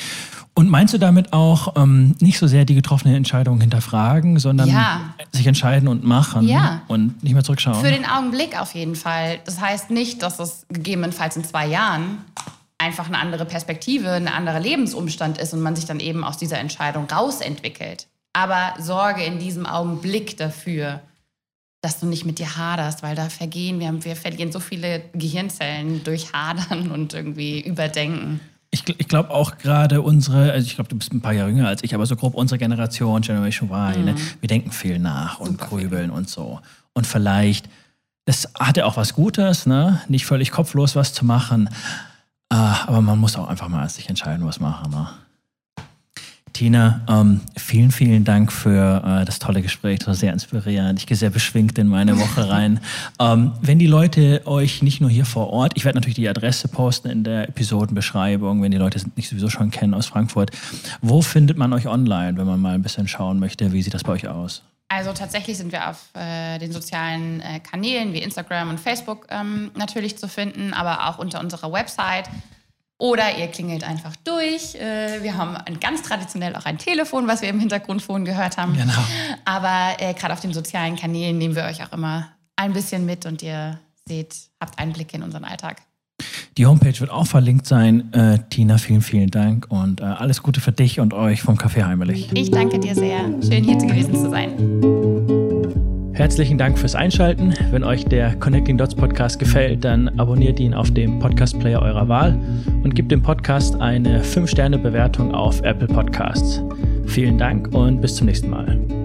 Und meinst du damit auch nicht so sehr die getroffene Entscheidung hinterfragen, sondern sich entscheiden und machen und nicht mehr zurückschauen? Für den Augenblick auf jeden Fall. Das heißt nicht, dass es gegebenenfalls in 2 Jahren einfach eine andere Perspektive, ein anderer Lebensumstand ist und man sich dann eben aus dieser Entscheidung rausentwickelt. Aber sorge in diesem Augenblick dafür, dass du nicht mit dir haderst, weil da wir verlieren so viele Gehirnzellen durch Hadern und irgendwie Überdenken. Ich glaube auch gerade ich glaube, du bist ein paar Jahre jünger als ich, aber so grob unsere Generation, Generation Y, ne? Wir denken viel nach und grübeln und so. Und vielleicht, das hat ja auch was Gutes, ne? Nicht völlig kopflos was zu machen. Aber man muss auch einfach mal sich entscheiden, was machen. Ne? Tina, vielen, vielen Dank für das tolle Gespräch. Das war sehr inspirierend. Ich gehe sehr beschwingt in meine Woche rein. Wenn die Leute euch nicht nur hier vor Ort, ich werde natürlich die Adresse posten in der Episodenbeschreibung, wenn die Leute es nicht sowieso schon kennen aus Frankfurt. Wo findet man euch online, wenn man mal ein bisschen schauen möchte? Wie sieht das bei euch aus? Also tatsächlich sind wir auf den sozialen Kanälen wie Instagram und Facebook natürlich zu finden, aber auch unter unserer Website. Oder ihr klingelt einfach durch. Wir haben ganz traditionell auch ein Telefon, was wir im Hintergrund vorhin gehört haben. Genau. Aber gerade auf den sozialen Kanälen nehmen wir euch auch immer ein bisschen mit und ihr habt Einblicke in unseren Alltag. Die Homepage wird auch verlinkt sein. Tina, vielen, vielen Dank und alles Gute für dich und euch vom Café Heimelig. Ich danke dir sehr. Schön, hier gewesen zu sein. Herzlichen Dank fürs Einschalten. Wenn euch der Connecting Dots Podcast gefällt, dann abonniert ihn auf dem Podcast-Player eurer Wahl und gebt dem Podcast eine 5-Sterne-Bewertung auf Apple Podcasts. Vielen Dank und bis zum nächsten Mal.